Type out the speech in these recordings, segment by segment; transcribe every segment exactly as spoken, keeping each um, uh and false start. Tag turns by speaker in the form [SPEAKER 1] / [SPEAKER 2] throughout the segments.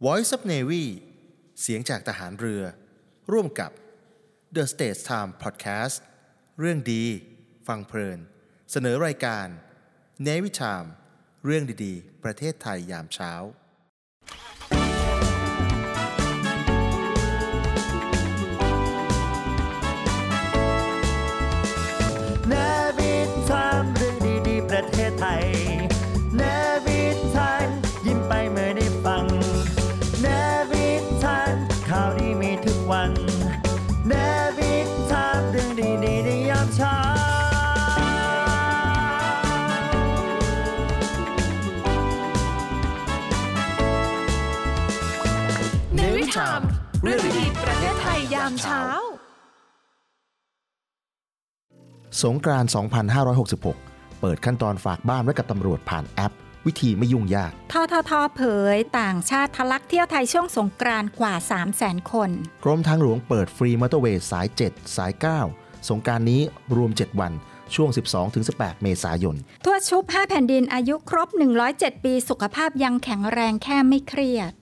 [SPEAKER 1] Voice of Navy เสียงจากทหารเรือร่วมกับ The States Time Podcast เรื่องดีฟังเพลินเสนอรายการ Navy Time เรื่องดีๆประเทศไทยยามเช้า
[SPEAKER 2] Navy Time เรื่องดีๆประเทศไทย Navy Time ยิ้มไปเมื่อได้ฟัง Navy Time ข่าวดีมีทุกวัน Navy Time เรื่องดีๆในยามเช้า
[SPEAKER 3] Navy Time เรื่องดีๆประเทศไทยยามเช้า
[SPEAKER 1] สงกรานต์ สองพันห้าร้อยหกสิบหก เปิดขั้นตอนฝากบ้านไว้กับตำรวจผ่านแอปวิธีไม่ยุ่งยาก
[SPEAKER 3] ททท.เผยต่างชาติทะลักเที่ยวไทยช่วงสงกรานต์กว่า สามแสน คน
[SPEAKER 1] กรมทางหลวงเปิดฟรีมอเตอร์เวย์สาย เจ็ด สาย เก้า สงกรานต์นี้รวม เจ็ด วันช่วง สิบสองถึงสิบแปด เมษายน
[SPEAKER 3] ทั่วชุบห้าแผ่นดินอายุครบ หนึ่งร้อยเจ็ด ปีสุขภาพยังแข็งแรงแค่ไม่เครียด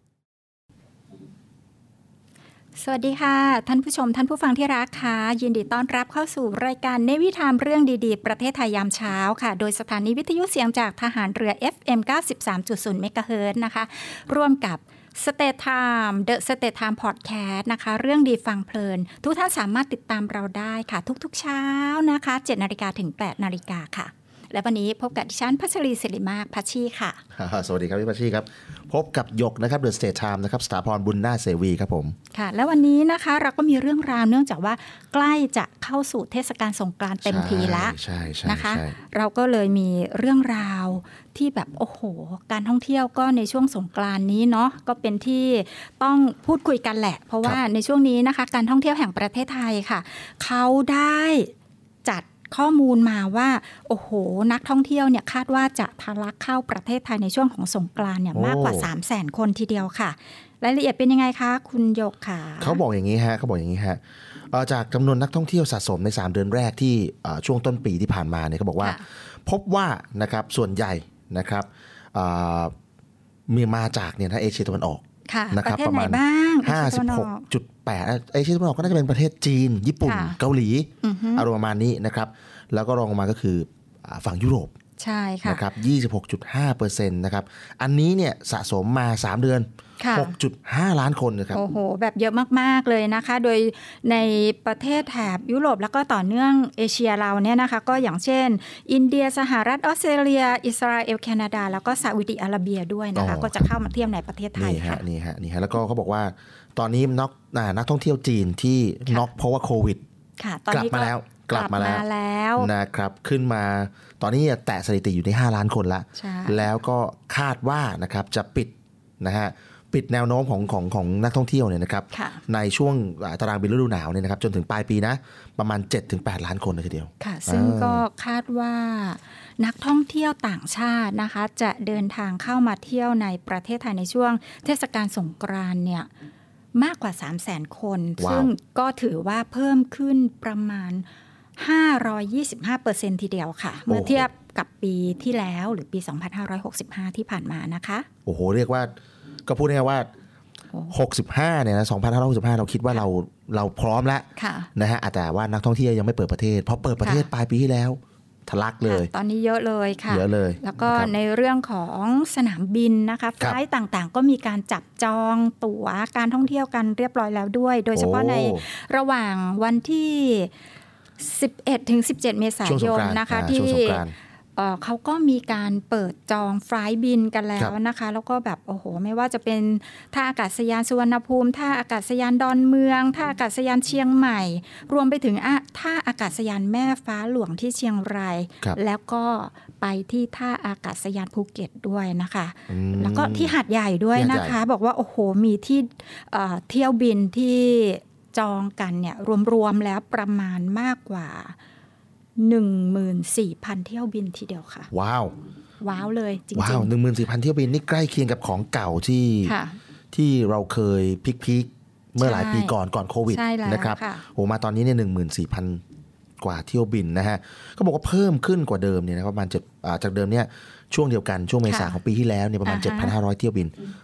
[SPEAKER 3] สวัสดีค่ะท่านผู้ชมท่านผู้ฟังที่รักค่ะยินดีต้อนรับเข้าสู่รายการ Navy Time เรื่องดีๆประเทศไทยยามเช้าค่ะโดยสถานีวิทยุเสียงจากทหารเรือ เอฟ เอ็ม เก้าสิบสามจุดศูนย์ เมกะเฮิรตซ์นะคะร่วมกับ State Time The State Time Podcast นะคะเรื่องดีฟังเพลินทุกท่านสามารถติดตามเราได้ค่ะทุกๆเช้านะคะ เจ็ดนาฬิกาถึง แปดนาฬิกาค่ะและวันนี้พบกับดิฉันพัชรีศิริมากพัชชีค่ะ
[SPEAKER 1] สวัสดีครับพี่พัชชีครับพบกับหยกนะครับ The State Time นะครับสถาพรบุญนาถเสวีครับผม
[SPEAKER 3] ค่ะแล้ววันนี้นะคะเราก็มีเรื่องราวเนื่องจากว่าใกล้จะเข้าสู่เทศกาลสงกรานต์เต็มทีละนะคะเราก็เลยมีเรื่องราวที่แบบโอ้โหการท่องเที่ยวก็ในช่วงสงกรานต์นี้เนาะก็เป็นที่ต้องพูดคุยกันแหละเพราะว่าในช่วงนี้นะคะการท่องเที่ยวแห่งประเทศไทยค่ะเขาได้จัดข้อมูลมาว่าโอ้โหนักท่องเที่ยวเนี่ยคาดว่าจะทะลักเข้าประเทศไทยในช่วงของสงกรานต์เนี่ยมากกว่า สามแสน คนทีเดียวค่ะรายละเอียดเป็นยังไงคะคุณหยกค่ะ
[SPEAKER 1] เขาบอกอย่างนี้ฮะเขาบอกอย่างนี้ฮะจากจำนวนนักท่องเที่ยวสะสมในสามเดือนแรกที่ช่วงต้นปีที่ผ่านมาเนี่ยเขาบอกว่าพบว่านะครับส่วนใหญ่นะครับมีมาจากเนี่ยนะเอเชียตะวันออก
[SPEAKER 3] นะครับประมาณ
[SPEAKER 1] ห้าสิบหกจุดแปด เอเชียตะวันออกก็น่าจะเป็นประเทศจีนญี่ปุ่นเกาหลีอารมณ์ประมาณนี้นะครับแล้วก็รองลงมาก็คือฝั่งยุโรป
[SPEAKER 3] ใช่ค่ะ
[SPEAKER 1] นะครับ ยี่สิบหกจุดห้าเปอร์เซ็นต์ นะครับอันนี้เนี่ยสะสมมาสามเดือน หกจุดห้า ล้านคนนะครับ
[SPEAKER 3] โอ้โหแบบเยอะมากๆเลยนะคะโดยในประเทศแถบยุโรปแล้วก็ต่อเนื่องเอเชียเราเนี่ยนะคะก็อย่างเช่นอินเดียสหรัฐออสเตรเลียอิสราเอลแคนาดาแล้วก็ซาอุดิอาระเบียด้วยนะคะก็จะเข้ามาเที่ยวในประเทศไทยค่ะ
[SPEAKER 1] นี่ฮะนี่ฮะแล้วก็เขาบอกว่าตอนนี้นักนักท่องเที่ยวจีนที่น็อกเพราะว่าโควิดกลับมาแล้วกลับมาแล้วนะครับขึ้นมาตอนนี้แตะสถิติอยู่ในห้าล้านคนละแล้วก็คาดว่านะครับจะปิดนะฮะปิดแนวโน้มของของของนักท่องเที่ยวเนี่ยนะครับในช่วงตารางบินฤดูหนาวเนี่ยนะครับจนถึงปลายปีนะประมาณ เจ็ดถึงแปด ล้านคนเลยทีเดียว
[SPEAKER 3] ค่ะซึ่งก็คาดว่านักท่องเที่ยวต่างชาตินะคะจะเดินทางเข้ามาเที่ยวในประเทศไทยในช่วงเทศกาลสงกรานต์เนี่ยมากกว่า สามแสน คนซึ่งก็ถือว่าเพิ่มขึ้นประมาณห้าร้อยยี่สิบห้าเปอร์เซ็นต์ ทีเดียวค่ะเมื่อเทียบกับปีที่แล้วหรือปีสองพันห้าร้อยหกสิบห้าที่ผ่านมานะคะ
[SPEAKER 1] โอ้โหเรียกว่าก็พูดง่ายๆว่าหกสิบห้าเนี่ยนะสองพันห้าร้อยหกสิบห้าเราคิดว่าเราเราพร้อมแล้วนะฮะแต่ว่านักท่องเที่ยวยังไม่เปิดประเทศเพราะเปิดประเทศปลายปีที่แล้วทะลักเลย
[SPEAKER 3] ตอนนี้เยอะเลยค่ะ
[SPEAKER 1] เยอะเลย
[SPEAKER 3] แล้วก็ในเรื่องของสนามบินนะคะไฟล์ต่างๆก็มีการจับจองตั๋วการท่องเที่ยวกันเรียบร้อยแล้วด้วยโดยเฉพาะในระหว่างวันที่สิบเอ็ดถึงสิบเจ็ด เมษายนนะคะที่เขาก็มีการเปิดจองไฟล์บินกันแล้วนะคะแล้วก็แบบโอ้โหไม่ว่าจะเป็นท่าอากาศยานสุวรรณภูมิท่าอากาศยานดอนเมืองท่าอากาศยานเชียงใหม่รวมไปถึงท่าอากาศยานแม่ฟ้าหลวงที่เชียงรายแล้วก็ไปที่ท่าอากาศยานภูเก็ตด้วยนะคะแล้วก็ที่หาดใหญ่ด้วยนะคะบอกว่าโอ้โหมีที่เที่ยวบินที่จองกันเนี่ยรวมๆแล้วประมาณมากกว่า หนึ่งหมื่นสี่พัน เที่ยวบินทีเดียวค่ะ
[SPEAKER 1] ว้าว
[SPEAKER 3] ว้าวเลยจริงๆ
[SPEAKER 1] ว้าว หนึ่งหมื่นสี่พัน เที่ยวบินนี่ใกล้เคียงกับของเก่าที่ที่เราเคยพีคๆเมื่อหลายปีก่อนก่อนโควิดนะครับโอ้มาตอนนี้เนี่ย หนึ่งหมื่นสี่พัน กว่าเที่ยวบินนะฮะก็บอกว่าเพิ่มขึ้นกว่าเดิมเนี่ยนะประมาณเจ็ดจากเดิมเนี่ยช่วงเดียวกันช่วงเมษาของปีที่แล้วเนี่ยประมาณ เจ็ดพันห้าร้อย เที่ยวบิน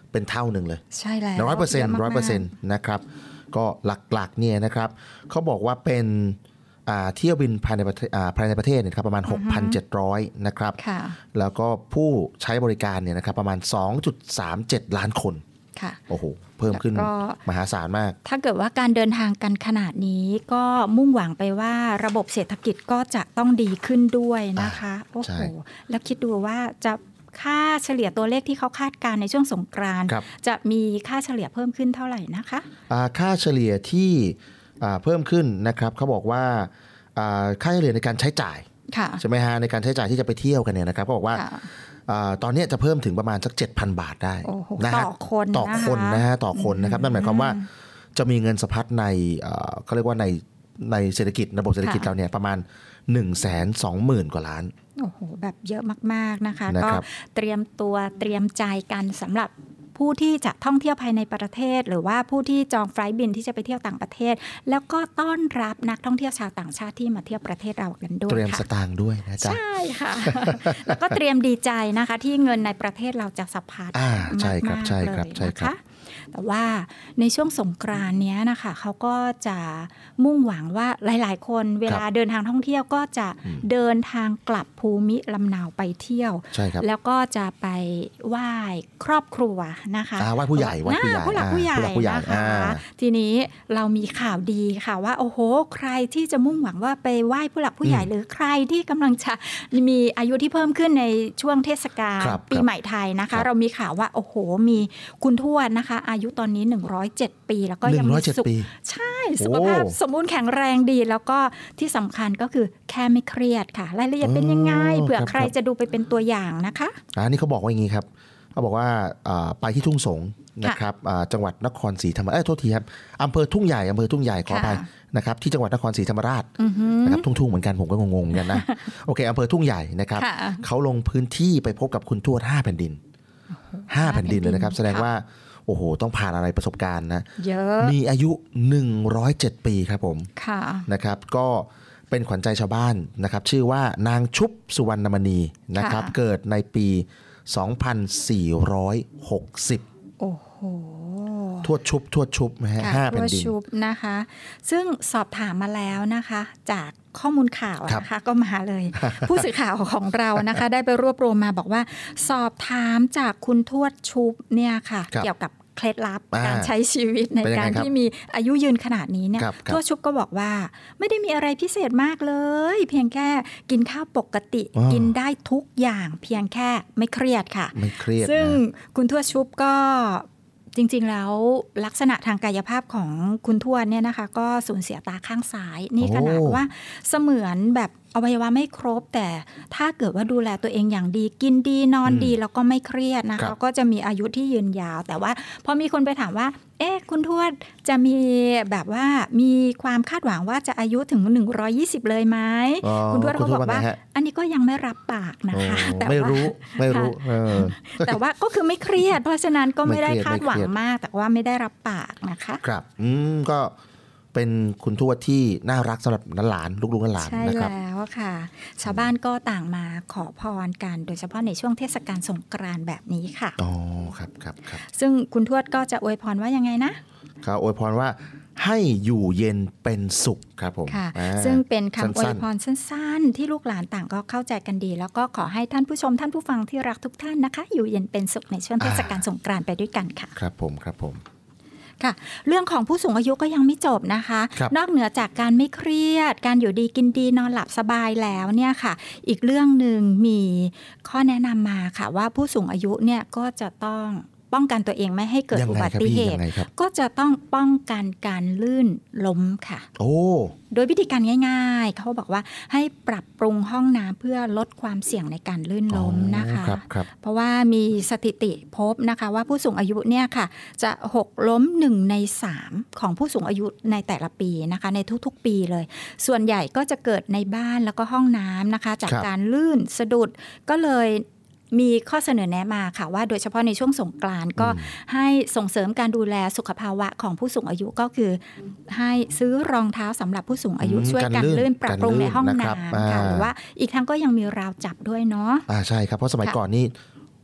[SPEAKER 1] เป็นเท่าหนึ่งเลย
[SPEAKER 3] ใช่แล้ว
[SPEAKER 1] ร้อยเปอร์เซ็นต์ร้อยเปอร์เซ็นต์นะครับก็หลักๆเนี่ยนะครับเขาบอกว่าเป็นเที่ยวบินภายในประเทศภายในประเทศเนี่ยครับประมาณ หกพันเจ็ดร้อย นะครับแล้วก็ผู้ใช้บริการเนี่ยนะครับประมาณ สองจุดสามเจ็ด ล้านคนโอ้โหเพิ่มขึ้นมหาศาลมาก
[SPEAKER 3] ถ้าเกิดว่าการเดินทางกันขนาดนี้ก็มุ่งหวังไปว่าระบบเศรษฐกิจก็จะต้องดีขึ้นด้วยนะคะโอ้โหแล้วคิดดูว่าจะค่าเฉลี่ยตัวเลขที่เขาคาดการในช่วงสงกรานต์จะมีค่าเฉลี่ยเพิ่มขึ้นเท่าไหร่นะคะ
[SPEAKER 1] ค่าเฉลี่ยที่เพิ่มขึ้นนะครับเขาบอกว่าค่าเฉลี่ยในการใช้จ่ายใช่ไหมฮะในการใช้จ่ายที่จะไปเที่ยวกันเนี่ยนะครับเขาบอกว่าตอนนี้จะเพิ่มถึงประมาณสัก เจ็ดพัน บาทได้
[SPEAKER 3] นะฮะต่อคน
[SPEAKER 1] ต่อคนนะฮะต่อคนนะครับนั่นหมายความว่าจะมีเงินสะพัดในเขาเรียกว่าในในเศรษฐกิจระบบเศรษฐกิจเราเนี่ยประมาณ หนึ่งแสนสองหมื่น กว่าล้าน
[SPEAKER 3] โอ้โหแบบเยอะมากๆนะคะก็เตรียมตัวเตรียมใจกันสำหรับผู้ที่จะท่องเที่ยวภายในประเทศหรือว่าผู้ที่จองไฟล์บินที่จะไปเที่ยวต่างประเทศแล้วก็ต้อนรับนักท่องเที่ยวชาวต่างชาติที่มาเที่ยวประเทศเรากันด้วย
[SPEAKER 1] เตรียมสตางค์ด้วยนะจ๊ะ
[SPEAKER 3] ใช่ค่ะ แล้วก็เตรียมดีใจนะคะที่เงินในประเทศเราจะสะพัด
[SPEAKER 1] มากๆเลย
[SPEAKER 3] นะคะแต่ว่าในช่วงสงกรานต์นี้นะคะเขาก็จะมุ่งหวังว่าหลายๆคนเวลาเดินทางท่องเที่ยวก็จะเดินทางกลับภูมิลำเนาไปเที่ยวแล้วก็จะไปไหว้ครอบครัวนะคะ
[SPEAKER 1] ไหว้ผู้ใหญ่ไหว้ผู้ใหญ่
[SPEAKER 3] ผู้หลักผู้ใหญ่นะคะทีนี้เรามีข่าวดีค่ะว่าโอ้โหใครที่จะมุ่งหวังว่าไปไหว้ผู้หลักผู้ใหญ่หรือใครที่กำลังจะมีอายุที่เพิ่มขึ้นในช่วงเทศกาลปีใหม่ไทยนะคะเรามีข่าวว่าโอ้โหมีคุณทวดนะคะอายุตอนนี้หนึ่งร้อยเจ็ดปีแล้วก็ยังมีสุขใช่สุขภาพสมบูรณ์แข็งแรงดีแล้วก็ที่สำคัญก็คือแค่ไม่เครียดค่ะรายละเอียดเป็นยังไงเผื่อใครจะดูไปเป็นตัวอย่างนะคะ
[SPEAKER 1] อันนี้เขาบอกว่าอย่างนี้ครับเขาบอกว่าไปที่ทุ่งสงนะครับจังหวัดนครศรีธรรมราชเอ้ยโทษทีครับอำเภอทุ่งใหญ่อำเภอทุ่งใหญ่ขออภัยนะครับที่จังหวัดนครศรีธรรมราชนะครับทุ่งๆเหมือนกันผมก็งงๆกันนะโอเคอำเภอทุ่งใหญ่นะครับเขาลงพื้นที่ไปพบกับคุณทวดห้าแผ่นดินห้าแผ่นดินเลยนะครับแสดงว่าโอ้โหต้องผ่านอะไรประสบการณ์นะ
[SPEAKER 3] เยอะ
[SPEAKER 1] มีอายุหนึ่งร้อยเจ็ดปีครับผมนะครับก็เป็นขวัญใจชาวบ้านนะครับชื่อว่านางชุบสุวรรณมณีนะครับเกิดในปีสองพันสี่ร้อยหกสิบ
[SPEAKER 3] โอ้โห
[SPEAKER 1] ทวดชุบทวดชุบนะฮะห้าแผ่นดิน
[SPEAKER 3] ทวดชุบนะคะซึ่งสอบถามมาแล้วนะคะจากข้อมูลข่าวนะคะก็มาเลยผู้สื่อข่าวของเรานะคะได้ไปรวบรวมมาบอกว่าสอบถามจากคุณทวดชุบเนี่ยค่ะเกี่ยวกับเคล็ดลับการใช้ชีวิตในการที่มีอายุยืนขนาดนี้เนี่ยทวดชุบก็บอกว่าไม่ได้มีอะไรพิเศษมากเลยเพียงแค่กินข้าวปกติกินได้ทุกอย่างเพียงแค่ไม่เครียดค่ะ
[SPEAKER 1] ไม่เครียด
[SPEAKER 3] ซึ่งคุณทวดชุบก็จริงๆแล้วลักษณะทางกายภาพของคุณทวดเนี่ยนะคะก็สูญเสียตาข้างซ้ายนี่ขนาดว่าเสมือนแบบอวัยวะไม่ครบแต่ถ้าเกิดว่าดูแลตัวเองอย่างดีกินดีนอนดีแล้วก็ไม่เครียดนะคะก็จะมีอายุที่ยืนยาวแต่ว่าพอมีคนไปถามว่าเอ๊ะคุณทวดจะมีแบบว่ามีความคาดหวังว่าจะอายุถึงหนึ่งร้อยยี่สิบเลยไหมคุณทวดเขาบอกว่าอันนี้ก็ยังไม่รับปากนะคะ
[SPEAKER 1] แต่ไม่รู้ไม่รู้
[SPEAKER 3] แต่ว่าก็คือไม่เครียดเพราะฉะนั้นก็ไม่ได้คาดหวังมากแต่ว่าไม่ได้รับปากนะคะ
[SPEAKER 1] ครับอืมก็เป็นคุณทวดที่น่ารักสำหรับหลานลูกๆหลานนะครับ
[SPEAKER 3] ใช่แล้วค่ะชาวบ้านก็ต่างมาขอพรกันโดยเฉพาะในช่วงเทศกาลสงกรานต์แบบนี้ค่ะ
[SPEAKER 1] อ๋อครับครับครับ
[SPEAKER 3] ซึ่งคุณทวดก็จะอวยพรว่ายังไงนะ
[SPEAKER 1] เขาอวยพรว่าให้อยู่เย็นเป็นสุขครับผม
[SPEAKER 3] ค่ะซึ่งเป็นคำอวยพรสั้นๆที่ลูกหลานต่างก็เข้าใจกันดีแล้วก็ขอให้ท่านผู้ชมท่านผู้ฟังที่รักทุกท่านนะคะอยู่เย็นเป็นสุขในช่วงเทศกาลสงกรานต์ไปด้วยกันค่ะ
[SPEAKER 1] ครับผมครับผม
[SPEAKER 3] ค่ะเรื่องของผู้สูงอายุก็ยังไม่จบนะคะนอกเหนือจากการไม่เครียดการอยู่ดีกินดีนอนหลับสบายแล้วเนี่ยค่ะอีกเรื่องนึงมีข้อแนะนำมาค่ะว่าผู้สูงอายุเนี่ยก็จะต้องป้องกันตัวเองไม่ให้เกิดอุบัติเหตุก็จะต้องป้องกันการลื่นล้มค่ะ
[SPEAKER 1] โอ้
[SPEAKER 3] โดยวิธีการง่ายๆเขาบอกว่าให้ปรับปรุงห้องน้ำเพื่อลดความเสี่ยงในการลื่นล้มนะคะเพราะว่ามีสถิติพบนะคะว่าผู้สูงอายุเนี่ยค่ะจะหกล้มหนึ่งในสามของผู้สูงอายุในแต่ละปีนะคะในทุกๆปีเลยส่วนใหญ่ก็จะเกิดในบ้านแล้วก็ห้องน้ำนะคะจากการลื่นสะดุดก็เลยมีข้อเสนอแนะมาค่ะว่าโดยเฉพาะในช่วงสงกรานต์ก็ให้ส่งเสริมการดูแลสุขภาวะของผู้สูงอายุก็คือให้ซื้อรองเท้าสำหรับผู้สูงอายุช่วยกันลื่นปรับปรุงในห้องน้ำค่ะหรือว่าอีกทั้งก็ยังมีราวจับด้วยเนาะ
[SPEAKER 1] อ่าใช่ครับเพราะสมัยก่อนนี่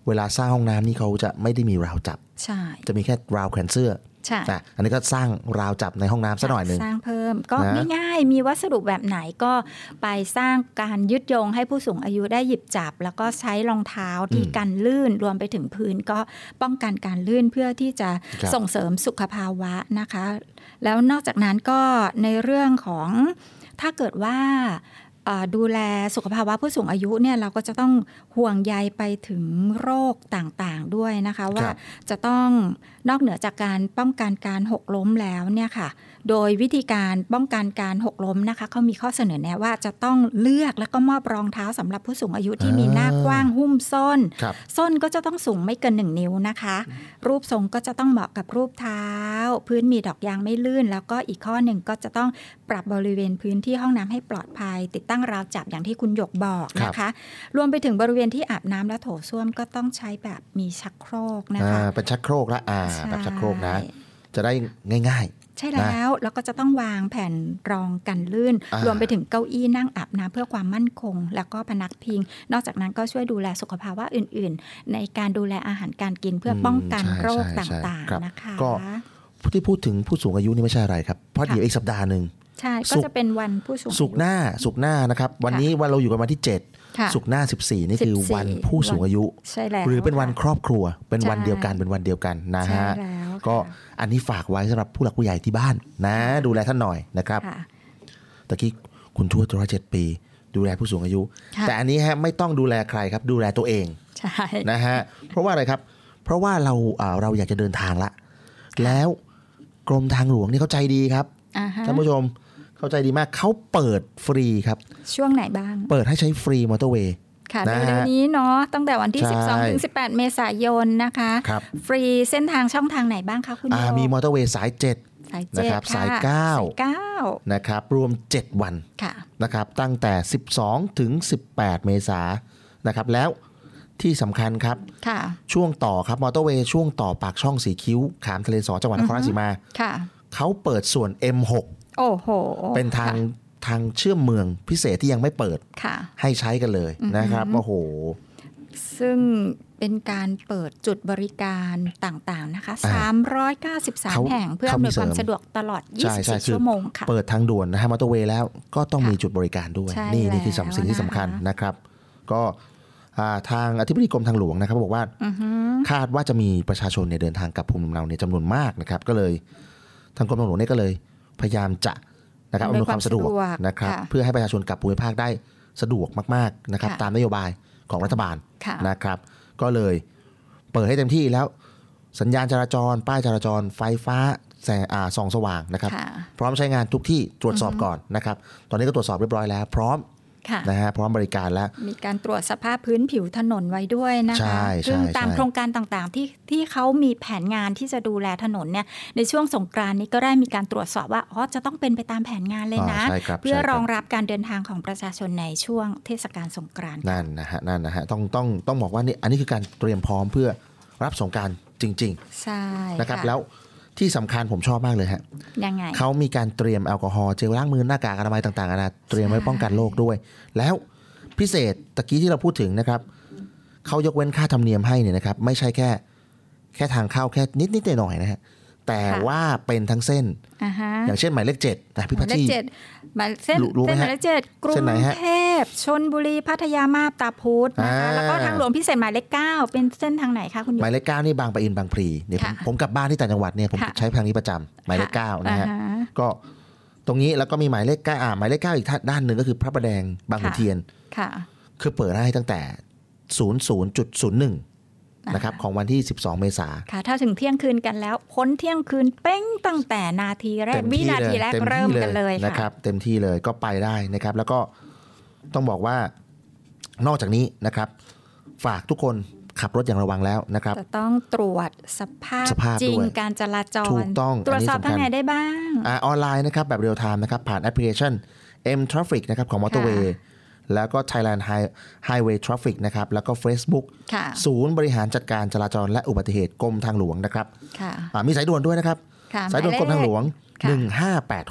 [SPEAKER 1] เวลาสร้างห้องน้ำนี่เขาจะไม่ได้มีราวจับ
[SPEAKER 3] ใช่
[SPEAKER 1] จะมีแค่ราวแขวนเสื้อนะอันนี้ก็สร้างราวจับในห้องน้ำซะหน่อยนึง
[SPEAKER 3] สร้างเพิ่มก็ง่ายๆมีวัสดุแบบไหนก็ไปสร้างการยึดโยงให้ผู้สูงอายุได้หยิบจับแล้วก็ใช้รองเท้าที่กันลื่นรวมไปถึงพื้นก็ป้องกันการลื่นเพื่อที่จะส่งเสริมสุขภาวะนะคะแล้วนอกจากนั้นก็ในเรื่องของถ้าเกิดว่าดูแลสุขภาวะผู้สูงอายุเนี่ยเราก็จะต้องห่วงใยไปถึงโรคต่างๆด้วยนะคะว่าจะต้องนอกเหนือจากการป้องกันการหกล้มแล้วเนี่ยค่ะโดยวิธีการป้องกันการหกล้มนะคะเขามีข้อเสนอแนะว่าจะต้องเลือกแล้วก็มอบรองเท้าสำหรับผู้สูงอายุที่มีหน้ากว้างหุ้มส้นส้นก็จะต้องสูงไม่เกินหนึ่งนิ้วนะคะรูปทรงก็จะต้องเหมาะกับรูปเท้าพื้นมีดอกยางไม่ลื่นแล้วก็อีกข้อหนึ่งก็จะต้องปรับบริเวณพื้นที่ห้องน้ำให้ปลอดภัยติดตั้งราวจับอย่างที่คุณหยกบอกนะคะรวมไปถึงบริเวณที่อาบน้ำและโถส้วมก็ต้องใช้แบบมีชักโครกนะคะ
[SPEAKER 1] เป็นชักโครกละอ่าแบบชักโครกนะจะได้ง่าย
[SPEAKER 3] ๆใช่แล้วแล้วก็จะต้องวางแผ่นรองกันลื่นรวมไปถึงเก้าอี้นั่งอาบน้ำเพื่อความมั่นคงแล้วก็พนักพิงนอกจากนั้นก็ช่วยดูแลสุขภาวะอื่นๆในการดูแลอาหารการกินเพื่อป้องกันโรคต่างๆนะคะ
[SPEAKER 1] ก็ที่พูดถึงผู้สูงอายุนี่ไม่ใช่อะไรครับเพราะเดี๋ยวอีกสัปดาห์นึง
[SPEAKER 3] ใช่ก็จะเป็นวันผู้สูงอายุ
[SPEAKER 1] ศุกร์หน้าศุกร์หน้านะครับวันนี้วันเราอยู่กันวันที่เจ็ดศุกร์หน้าสิบสี่นี่คือวันผู้สูงอายุหรือเป็นวันครอบครัวเป็นวันเดียวกันเป็นวันเดียวกันนะฮะก็อันนี้ฝากไว้สำหรับผู้หลักผู้ใหญ่ที่บ้านนะดูแลท่านหน่อยนะครับตะกี้คุณทวดร้อยเจ็ดปีดูแลผู้สูงอายุแต่อันนี้ฮะไม่ต้องดูแลใครครับดูแลตัวเองนะฮะเพราะว่าอะไรครับเพราะว่าเราเราอยากจะเดินทางละแล้วกรมทางหลวงนี่เขาใจดีครับท่านผู้ชมเข้าใจดีมากเขาเปิดฟรีครับ
[SPEAKER 3] ช่วงไหนบ้าง
[SPEAKER 1] เปิดให้ใช้ฟรีมอเตอร์เวย์
[SPEAKER 3] ค่ะในเดือนนี้เนาะตั้งแต่วันที่สิบสองถึงสิบแปดเมษายนนะคะฟรีเส้นทางช่องทางไหนบ้างคะคุณโย
[SPEAKER 1] มีมอเตอร์เวย์สายเจ็ดนะครับสายเก้านะครับรวมเจ็ดวันนะครับตั้งแต่สิบสองถึงสิบแปดเมษายนนะครับแล้วที่สำคัญครับช่วงต่อครับมอเตอร์เวย์ช่วงต่อปากช่องสีคิ้วขามทะเลสอจังหวัดนครราชสีมาเขาเปิดส่วน เอ็ม หก
[SPEAKER 3] โอ้โห
[SPEAKER 1] เป็นทางทางเชื่อมเมืองพิเศษที่ยังไม่เปิดให้ใช้กันเลยนะครับโอ้โห
[SPEAKER 3] ซึ่งเป็นการเปิดจุดบริการต่างๆนะคะสามร้อยเก้าสิบสามแห่งเพื่ออำนวยความสะดวกตลอดยี่สิบสี่ชั่วโมงค่ะ
[SPEAKER 1] เปิดทางด่วนนะฮะมอเตอร์เวย์แล้วก็ต้องมีจุดบริการด้วยนี่นี่คือสิ่งที่สำคัญนะครับก็ทางอธิบดีกรมทางหลวงนะครับบอกว่าคาดว่าจะมีประชาชนเนี่ยเดินทางกลับภูมิลำเนาในจำนวนมากนะครับก็เลยทางกรมทางหลวงเนี่ยก็เลยพยายามจะนะครับอำนวยความสะดวกนะครับเพื่อให้ประชาชนกลับภูมิภาคได้สะดวกมากๆนะครับตามนโยบายของรัฐบาลนะครับก็เลยเปิดให้เต็มที่แล้วสัญญาณจราจรป้ายจราจรไฟฟ้าแสงส่องสว่างนะครับพร้อมใช้งานทุกที่ตรวจสอบก่อนนะครับตอนนี้ก็ตรวจสอบเรียบร้อยแล้วพร้อมนะฮะพร้อมบริการแล้ว
[SPEAKER 3] มีการตรวจสภาพพื้นผิวถนนไว้ด้วยนะคะซึ่งตามโครงการต่างๆที่ที่เขามีแผนงานที่จะดูแลถนนเนี่ยในช่วงสงกรานต์นี้ก็ได้มีการตรวจสอบว่าอ๋อจะต้องเป็นไปตามแผนงานเลยนะเพื่อรองรับการเดินทางของประชาชนในช่วงเทศกาลสงกรานต์
[SPEAKER 1] นั่นนะฮะนั่นนะฮะต้องต้องต้องบอกว่านี่อันนี้คือการเตรียมพร้อมเพื่อรับสงกรานต์จริง
[SPEAKER 3] ๆใช่
[SPEAKER 1] นะครับแล้วที่สำคัญผมชอบมากเลยฮะ
[SPEAKER 3] ยังไง
[SPEAKER 1] เขามีการเตรียมแอลกอฮอล์เจลล้างมือหน้ากากอนามัยต่างๆนะเตรียมไว้ป้องกันโรคด้วยแล้วพิเศษตะกี้ที่เราพูดถึงนะครับเขายกเว้นค่าธรรมเนียมให้เนี่ยนะครับไม่ใช่แค่แค่ทางเข้าแค่นิดๆหน่อยๆนะฮะแต่ว่าเป็นทั้งเส้น
[SPEAKER 3] uh-huh.
[SPEAKER 1] อย่างเช่นหมายเลขเจ็ดนะพี่พัชชี
[SPEAKER 3] หมายเส้นเส้นหมายเลขเจ็ดกรุงเทพชลบุรีพัทยามาบตาพุธนะคะแล้วก็ทางหลวงพิเศษหมายเลขเก้าเป็นเส้นทางไหนคะคุณห
[SPEAKER 1] มายเลขเก้านี่บางปะอินบางพลีเนี่ยผมกลับบ้านที่ต่างจังหวัดเนี่ยผมใช้ทางนี้ประจำหมายเลขเก้านะฮะก็ตรงนี้แล้วก็มีหมายเลขเก้าอ่าหมายเลขเก้าอีกด้านหนึ่งก็คือพระประแดงบางขุนเทียนคือเปิดให้ตั้งแต่ ศูนย์ ศูนย์ จุด ศูนย์ หนึ่ง นะครับของวันที่สิบสองเมษายน
[SPEAKER 3] ค่ะถ้าถึงเที่ยงคืนกันแล้วพ้นเที่ยงคืนเป้งตั้งแต่นาทีแรกวินาทีแรกเริ่มกันเลยค่ะ
[SPEAKER 1] นะครับเต็มที่เลยก็ไปได้นะครับแล้วก็ต้องบอกว่านอกจากนี้นะครับฝากทุกคนขับรถอย่างระวังแล้วนะครับ
[SPEAKER 3] จะต้องตรวจสภาพจริงการจราจร
[SPEAKER 1] ถูกต้อง
[SPEAKER 3] ตรวจสอบทางไหนได้บ้าง
[SPEAKER 1] อ่าออนไลน์นะครับแบบเรียลไทม์นะครับผ่านแอปพลิเคชัน M Traffic นะครับของมอเตอร์เวย์แล้วก็ Thailand Highway Traffic นะครับแล้วก็ Facebook ศูนย์บริหารจัดการจราจรและอุบัติเหตุกรมทางหลวงนะครับมีสายด่วนด้วยนะครับสายด่วนกรมทางหลวงหนึ่งห้าแปดหก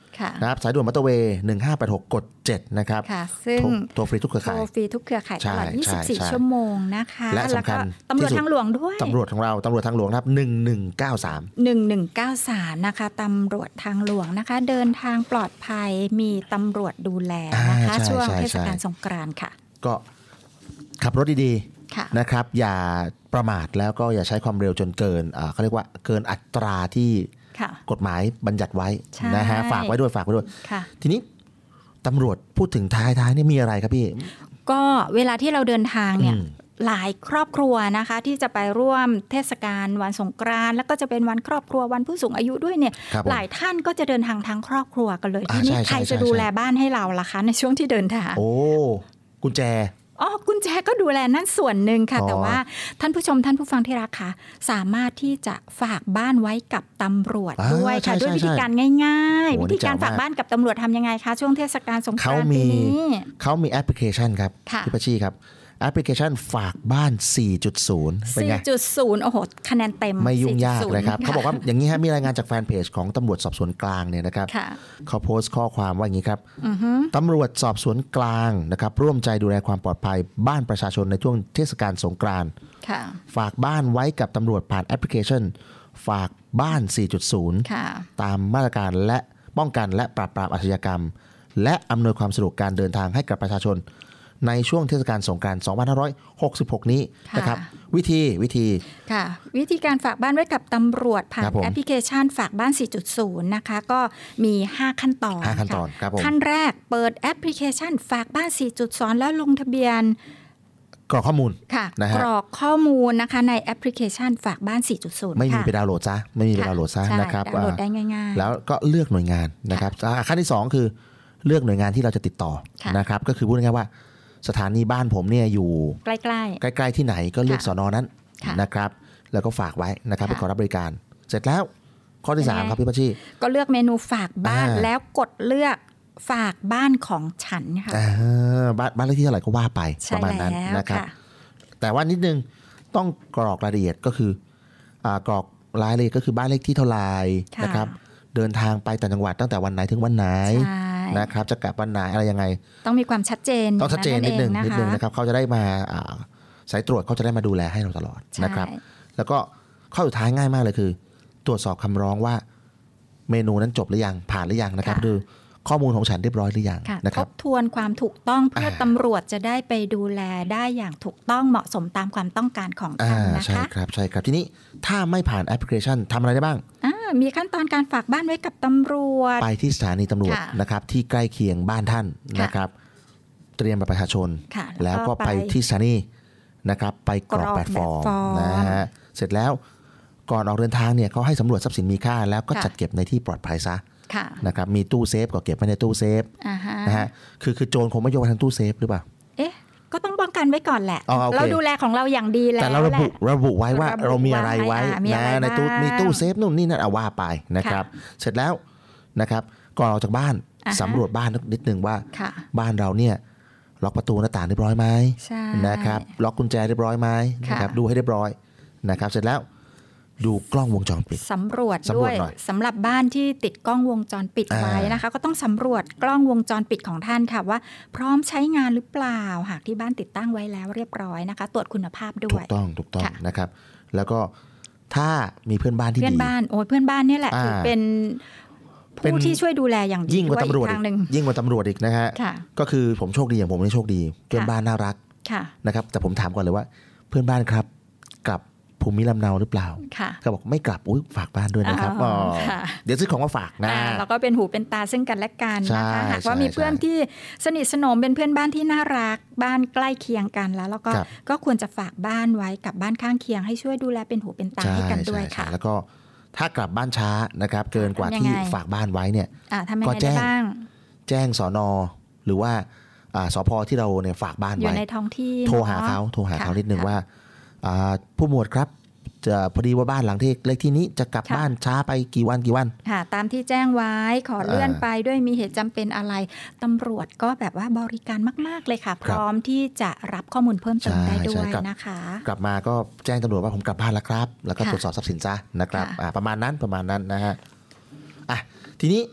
[SPEAKER 1] นะครับสายด่วนมอเตอร์เวย์หนึ่งห้าแปดหกกดเจ็ดนะครับ
[SPEAKER 3] ซึ่ง
[SPEAKER 1] โทรฟรีทุกเครือข่าย
[SPEAKER 3] โทรฟรีทุกเครือข่ายตลอดยี่สิบสี่ชั่วโมงนะคะ
[SPEAKER 1] และสำคัญ
[SPEAKER 3] ตำรวจทางหลวงด้วย
[SPEAKER 1] ตำรวจของเราตำรวจทางหลวงครับหนึ่งหนึ่งเก้าสาม
[SPEAKER 3] หนึ่งหนึ่งเก้าสามนะคะตำรวจทางหลวงนะคะเดินทางปลอดภัยมีตำรวจดูแลนะคะช่วงเทศกาลสงกรานต์ค่ะ
[SPEAKER 1] ก็ขับรถดีๆนะครับอย่าประมาทแล้วก็อย่าใช้ความเร็วจนเกินเขาเรียกว่าเกินอัตราที่กฎหมายบัญญัติไว้นะฮะฝากไว้ด้วยฝากไว้ด้วยทีนี้ตำรวจพูดถึงท้ายท้ายนี่มีอะไรครับพี่
[SPEAKER 3] ก็เวลาที่เราเดินทางเนี่ยหลายครอบครัวนะคะที่จะไปร่วมเทศกาลวันสงกรานต์แล้วก็จะเป็นวันครอบครัววันผู้สูงอายุด้วยเนี่ยหลายท่านก็จะเดินทางทั้งครอบครัวกันเลยที่นี่ใครจะดูแลบ้านให้เราล่ะคะในช่วงที่เดินทาง
[SPEAKER 1] โอ้กุญแจ
[SPEAKER 3] อ๋อกุญแจก็ดูแลนั่นส่วนหนึ่งค่ะแต่ว่าท่านผู้ชมท่านผู้ฟังที่รักค่ะสามารถที่จะฝากบ้านไว้กับตำรวจด้วยค่ะด้วยวิธีการง่ายๆวิธีการฝากบ้านกับตำรวจทำยังไงคะช่วงเทศกาลสงกรานต์ปีนี้
[SPEAKER 1] เขามีแอปพลิเคชันครับพี่ประชีครับแอปพลิเคชันฝากบ้าน สี่จุดศูนย์ เป็นไง
[SPEAKER 3] สี่จุดศูนย์ โอ้โหคะแนนเต็ม
[SPEAKER 1] ไม่ยุ่งยากเลยครับเขาบอกว่าอย่างนี้ฮะมีรายงานจากแฟนเพจของตำรวจสอบสวนกลางเนี่ยนะครับเขาโพสต์ข้อความว่าอย่างนี้ครับตำรวจสอบสวนกลางนะครับร่วมใจดูแลความปลอดภัยบ้านประชาชนในช่วงเทศกาลสงกรานต์ฝากบ้านไว้กับตำรวจผ่านแอปพลิเคชันฝากบ้าน สี่จุดศูนย์ ตามมาตรการและป้องกันและปราบปรามอาชญากรรมและอำนวยความสะดวกการเดินทางให้กับประชาชนในช่วงเทศกาลสงกรานต์สองพันห้าร้อยหกสิบหกนี้นะครับวิธีวิธี
[SPEAKER 3] ค่ะวิธีการฝากบ้านไว้กับตำรวจผ่านแอปพลิเคชันฝากบ้าน สี่จุดศูนย์ นะคะก็มีห้าขั้นตอน
[SPEAKER 1] ห้าขั้นตอนครับผม
[SPEAKER 3] ขั้นแรกเปิดแอปพลิเคชันฝากบ้าน สี่จุดศูนย์ แล้วลงทะเบียน
[SPEAKER 1] กรอกข้อมูล
[SPEAKER 3] ค่ะกรอกข้อมูลนะคะในแอปพลิเคชันฝากบ้าน สี่จุดศูนย์
[SPEAKER 1] ไม่มีไปดาวน์โหลดซะไม่มีไปดาวน์โหลดซะนะครับ
[SPEAKER 3] ดาวน์โหลดได้ง่าย
[SPEAKER 1] ๆแล้วก็เลือกหน่วยงานนะครับขั้นที่สองคือเลือกหน่วยงานที่เราจะติดต่อนะครับก็คือพูดง่ายๆว่าสถานีบ้านผมเนี่ยอยู่
[SPEAKER 3] ใกล้ๆ
[SPEAKER 1] ใกล้ๆที่ไหนก็เลือกสน.นั้นนะครับแล้วก็ฝากไว้นะครับไปขอรับบริการเสร็จแล้วข้อที่สามครับพี่ปัชชี
[SPEAKER 3] ก็เลือกเมนูฝากบ้านแล้วกดเลือกฝากบ้านของฉันค่ะ
[SPEAKER 1] บ้านบ้านเลขที่เท่าไหร่ก็ว่าไปประมาณนั้นนะครับแต่ว่านิดนึงต้องกรอกรายละเอียดก็คือกรอกรายละเอียดก็คือบ้านเลขที่เท่าไหร่นะครับเดินทางไปต่างจังหวัดตั้งแต่วันไหนถึงวันไหนนะครับจะกลับวันไหนอะไรยังไง
[SPEAKER 3] ต้องมีความชัดเจน
[SPEAKER 1] ต้องชัดเจนนิดนึงนิดนึงนะครับเขาจะได้มาสายตรวจเขาจะได้มาดูแลให้เราตลอดนะครับแล้วก็ข้อสุดท้ายง่ายมากเลยคือตรวจสอบคำร้องว่าเมนูนั้นจบหรือยังผ่านหรือยังนะครับดูข้อมูลของฉันเรียบร้อยหรือยังนะครับ
[SPEAKER 3] ทบทวนความถูกต้องเพื่อตำรวจจะได้ไปดูแลได้อย่างถูกต้องเหมาะสมตามความต้องการของท่านนะคะ
[SPEAKER 1] ใช่ครับใช่ครับทีนี้ถ้าไม่ผ่านแอปพลิเคชันทำอะไรได้บ้าง
[SPEAKER 3] มีขั้นตอนการฝากบ้านไว้กับตำรวจ
[SPEAKER 1] ไปที่สถานีตำรวจนะครับที่ใกล้เคียงบ้านท่านนะครับเตรียมบัตรประชาชนแล้วก็ไปที่สถานีนะครับไปกรอกแบบฟอร์มนะฮะเสร็จแล้วก่อนออกเดินทางเนี่ยเขาให้สำรวจทรัพย์สินมีค่าแล้วก็จัดเก็บในที่ปลอดภัยซะนะครับมีตู้เซฟก็เก็บไว้ในตู้เซฟนะฮะคือคือโจรคงไม่โยนไปทางตู้เซฟหรือเปล่า
[SPEAKER 3] เอ๊ะก็ต้องป้องกันไว้ก่อนแหละเราดูแลของเราอย่างดีแล้ว
[SPEAKER 1] แต่เราระบุระบุไว้ว่าเรามีอะไรไว้นะในตู้มีตู้เซฟนู่นนี่นั่นเอาว่าไปนะครับเสร็จแล้วนะครับก่อนออกจากบ้านสำรวจบ้านนิดนึงว่าบ้านเราเนี่ยล็อกประตูหน้าต่างเรียบร้อยไหมนะครับล็อกกุญแจเรียบร้อยไหมนะครับดูให้เรียบร้อยนะครับเสร็จแล้วดูกล้องวงจรปิด
[SPEAKER 3] สำรวจด้วยสำหรับบ้านที่ติดกล้องวงจรปิดไว้นะคะก็ต้องสำรวจกล้องวงจรปิดของท่านค่ะว่าพร้อมใช้งานหรือเปล่าหากที่บ้านติดตั้งไว้แล้วเรียบร้อยนะคะตรวจคุณภาพด้วย
[SPEAKER 1] ถูกต้องถูกต้องนะครับแล้วก็ถ้ามีเพื่อนบ้านที่ดี
[SPEAKER 3] เพื่อนบ้านโอ้ยเพื่อนบ้านนี่แหละถือเป็นผู้ที่ช่วยดูแลอย่างดี
[SPEAKER 1] ยิ่งกว่าตำรวจยิ่งกว่าตำรวจอีกนะฮะก็คือผมโชคดีอย่างผมนี่โชคดีเพื่อนบ้านน่ารักนะครับแต่ผมถามก่อนเลยว่าเพื่อนบ้านครับกลับภูมิลำเนาหรือเปล่าเขาบอกไม่กลับอุ้ยฝากบ้านด้วยนะครับเดี๋ยวซื้อของมาฝากนะ
[SPEAKER 3] แล้วก็เป็นหูเป็นตาซึ่งกันและกันนะคะหากว่ามีเพื่อนที่สนิทสนมเป็นเพื่อนบ้านที่น่ารักบ้านใกล้เคียงกันแล้วแล้วก็ก็ควรจะฝากบ้านไว้กับบ้านข้างเคียงให้ช่วยดูแลเป็นหูเป็นตาให้กันด้วยค่ะ
[SPEAKER 1] แล้วก็ถ้ากลับบ้านช้านะครับเกินกว่าที่ฝากบ้านไว้เนี่ย
[SPEAKER 3] ก็แจ้ง
[SPEAKER 1] แจ้งสน.หรือว่าสภ.ที่เราเนี่ยฝากบ้านไว้
[SPEAKER 3] อยู่ในท้องที่
[SPEAKER 1] โทรหาเขาโทรหาเขานิดนึงว่าผู้หมวดครับจะพอดีว่าบ้านหลังที่เลขที่นี้จะกลับบ้านช้าไปกี่วันกี่วัน
[SPEAKER 3] ค่ะตามที่แจ้งไว้ขอเลื่อนไปด้วยมีเหตุจำเป็นอะไรตำรวจก็แบบว่าบริการมากๆเลยค่ะพร้อมที่จะรับข้อมูลเพิ่มเติมได้ด้วยนะคะ
[SPEAKER 1] กลับมาก็แจ้งตำรวจว่าผมกลับบ้านแล้วครับแล้วก็ตรวจสอบทรัพย์สินซะนะครับประมาณนั้นประมาณนั้นนะฮะอ่ะทีนี้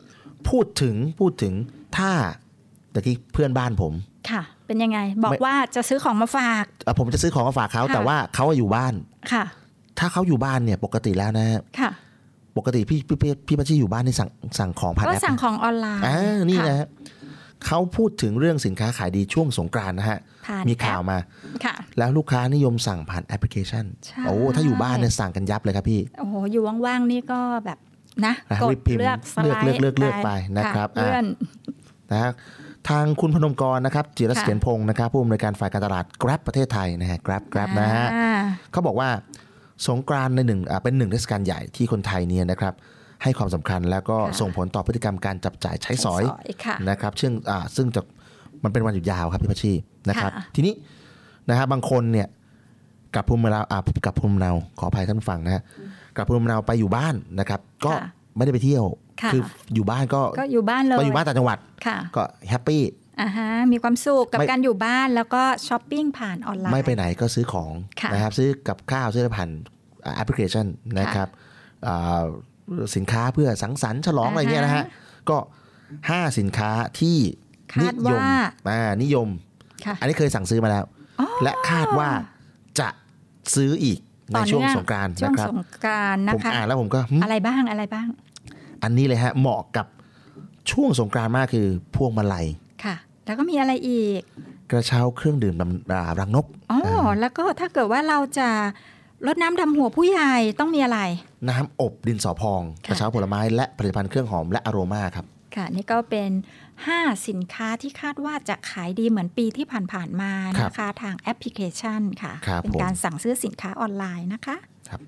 [SPEAKER 1] พูดถึงพูดถึงถ้าตะกี้เพื่อนบ้านผม
[SPEAKER 3] ค่ะเป็นยังไงบอกว่าจะซื้อของมาฝาก
[SPEAKER 1] ผมจะซื้อของมาฝากเขาแต่ว่าเขาอยู่บ้าน
[SPEAKER 3] ค่ะ
[SPEAKER 1] ถ้าเขาอยู่บ้านเนี่ยปกติแล้วนะ
[SPEAKER 3] ค่ะ
[SPEAKER 1] ปกติพี่พี่พี่พัชชีอยู่บ้านนี่สั่งสั่งของผ่านแอป
[SPEAKER 3] ก็สั่งของออนไลน์
[SPEAKER 1] อ่านี่นะฮะเขาพูดถึงเรื่องสินค้าขายดีช่วงสงกรานต์นะฮะมีข่าวมาแล้วลูกค้านิยมสั่งผ่านแอปพลิเคชันโอ้ถ้าอยู่บ้านเนี่ยสั่งกันยับเลยครับพี่
[SPEAKER 3] โอ้โหอยู่ว่างๆนี่ก็แบบนะ
[SPEAKER 1] กดเลือกเลือกเลือกเลือกเลือกไปนะครับนะฮะทางคุณพนมกรนะครับจิรเสถียรพงศ์นะครับผู้อำนวยการฝ่ายการตลาด Grab ประเทศไทยนะฮะ Grab Grab นะฮะเขาบอกว่าสงกรานต์ในหนึ่งเป็นหนึ่งเทศกาลใหญ่ที่คนไทยเนี่ยนะครับให้ความสำคัญแล้วก็ส่งผลต่อพฤติกรรมการจับจ่ายใช้สอยนะครับซึ่งซึ่งจะมันเป็นวันหยุดยาวครับพี่พัชชีนะครับทีนี้นะฮะบางคนเนี่ยกับภูมิลำเนากับภูมิลำเนาขออภัยท่านผู้ฟังนะฮะกับภูมิลำเนาไปอยู่บ้านนะครับก็ไม่ได้ไปเที่ยวคืออยู่บ้านก็
[SPEAKER 3] ก็อยู่บ้านเลย
[SPEAKER 1] ไปอยู่บ้านต่างจังหวัดก็แฮปปี้
[SPEAKER 3] อ่าฮะมีความสุขกับการอยู่บ้านแล้วก็ช้อปปิ้งผ่านออนไลน์
[SPEAKER 1] ไม่ไปไหนก็ซื้อของนะครับซื้อกับข้าวซื้อผ่านแอปพลิเคชันนะครับสินค้าเพื่อสังสรรค์ฉลองอะไรเงี้ยนะฮะก็ห้าสินค้าที่นิยมอ่านิยมอันนี้เคยสั่งซื้อมาแล้วและคาดว่าจะซื้ออีกในช่วงสงกรานต์นะครับ
[SPEAKER 3] ช่วงสงกรานต์นะคะ
[SPEAKER 1] ผมอ่านแล้วผมก็
[SPEAKER 3] อะไรบ้างอะไรบ้าง
[SPEAKER 1] อันนี้เลยฮะเหมาะกับช่วงสงกรานต์มากคือพวงมาลัย
[SPEAKER 3] ค่ะแล้วก็มีอะไรอีก
[SPEAKER 1] กระเช้าเครื่องดื่มรังนก
[SPEAKER 3] อ๋อแล้วก็ถ้าเกิดว่าเราจะรดน้ำดำหัวผู้ใหญ่ต้องมีอะไร
[SPEAKER 1] น้ำอบดินสอพองกระเช้าผลไม้และผลิตภัณฑ์เครื่องหอมและอโรมาครับ
[SPEAKER 3] ค่ะนี่ก็เป็นห้าสินค้าที่คาดว่าจะขายดีเหมือนปีที่ผ่านๆมานะคะทางแอปพลิเคชันค่ะเป็นการสั่งซื้อสินค้าออนไลน์นะคะ
[SPEAKER 1] ครับ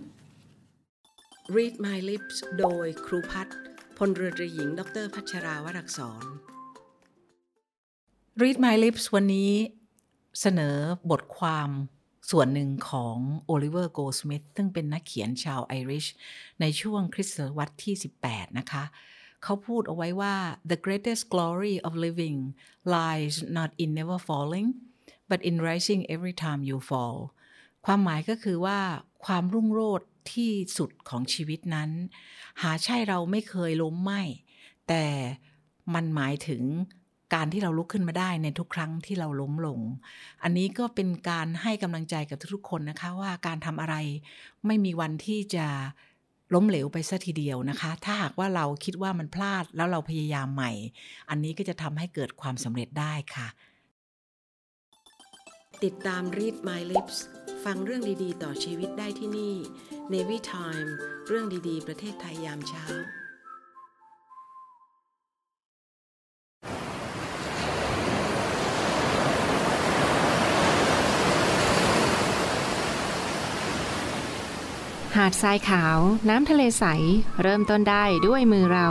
[SPEAKER 4] Read My Lips โดยครูพัฒน์พลเรือตรีหญิงดร.พัชราวรักษร Read My Lips วันนี้เสนอบทความส่วนหนึ่งของโอลิเวอร์ โกลด์สมิธซึ่งเป็นนักเขียนชาวไอริชในช่วงคริสตศตวรรษที่สิบแปดนะคะเขาพูดเอาไว้ว่า The greatest glory of living lies not in never falling but in rising every time you fall ความหมายก็คือว่าความรุ่งโรจน์ที่สุดของชีวิตนั้นหาใช่เราไม่เคยล้มไม่แต่มันหมายถึงการที่เราลุกขึ้นมาได้ในทุกครั้งที่เราล้มลงอันนี้ก็เป็นการให้กำลังใจกับทุกๆคนนะคะว่าการทำอะไรไม่มีวันที่จะล้มเหลวไปซะทีเดียวนะคะถ้าหากว่าเราคิดว่ามันพลาดแล้วเราพยายามใหม่อันนี้ก็จะทำให้เกิดความสำเร็จได้ค่ะติดตาม Read My Lips ฟังเรื่องดีๆต่อชีวิตได้ที่นี่ Navy Time เรื่องดีๆประเทศไทยยามเช้า
[SPEAKER 5] หาดทรายขาวน้ำทะเลใสเริ่มต้นได้ด้วยมือเรา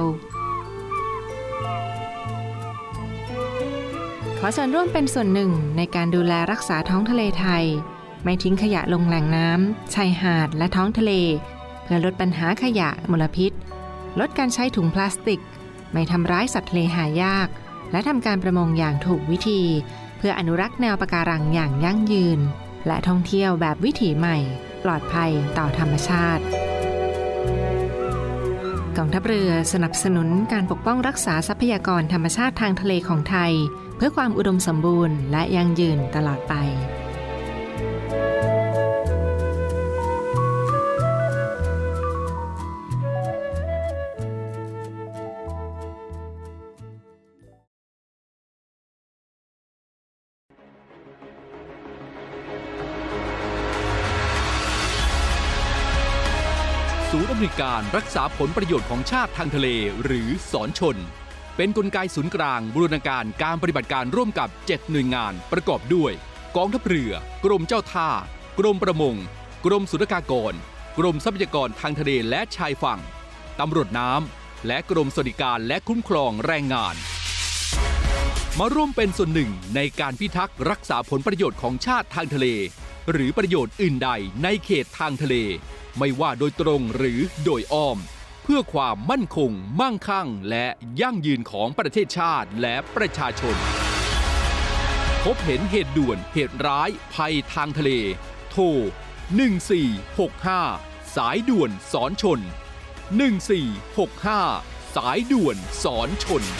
[SPEAKER 5] ขอส่วนร่วมเป็นส่วนหนึ่งในการดูแลรักษาท้องทะเลไทยไม่ทิ้งขยะลงแหล่งน้ำชายหาดและท้องทะเลเพื่อลดปัญหาขยะมลพิษลดการใช้ถุงพลาสติกไม่ทำร้ายสัตว์ทะเลหายากและทำการประมงอย่างถูกวิธีเพื่ออนุรักษ์แนวปะการังอย่างยั่งยืนและท่องเที่ยวแบบวิถีใหม่ปลอดภัยต่อธรรมชาติกองทัพเรือสนับสนุนการปกป้องรักษาทรัพยากรธรรมชาติทางทะเลของไทยเพื่อความอุดมสมบูรณ์และยั่งยืนตลอดไป
[SPEAKER 6] ศูนย์อำนวยการรักษาผลประโยชน์ของชาติทางทะเลหรือศรชนเป็นกลไกศูนย์กลางบูรณาการการปฏิบัติการร่วมกับเจ็ดหน่วยงานประกอบด้วยกองทัพเรือกรมเจ้าท่ากรมประมงกรมศุลกากรกรมทรัพยากรทางทะเลและชายฝั่งตำรวจน้ำและกรมสวัสดิการและคุ้มครองแรงงานมาร่วมเป็นส่วนหนึ่งในการพิทักษ์รักษาผลประโยชน์ของชาติทางทะเลหรือประโยชน์อื่นใดในเขตทางทะเลไม่ว่าโดยตรงหรือโดยอ้อมเพื่อความมั่นคงมั่งคั่งและยั่งยืนของประเทศชาติและประชาชนพบเห็นเหตุด่วนเหตุร้ายภัยทางทะเลโทรหนึ่งสี่หกห้าสายด่วนสอนชนหนึ่งสี่หกห้าสสายด่วนสอนชน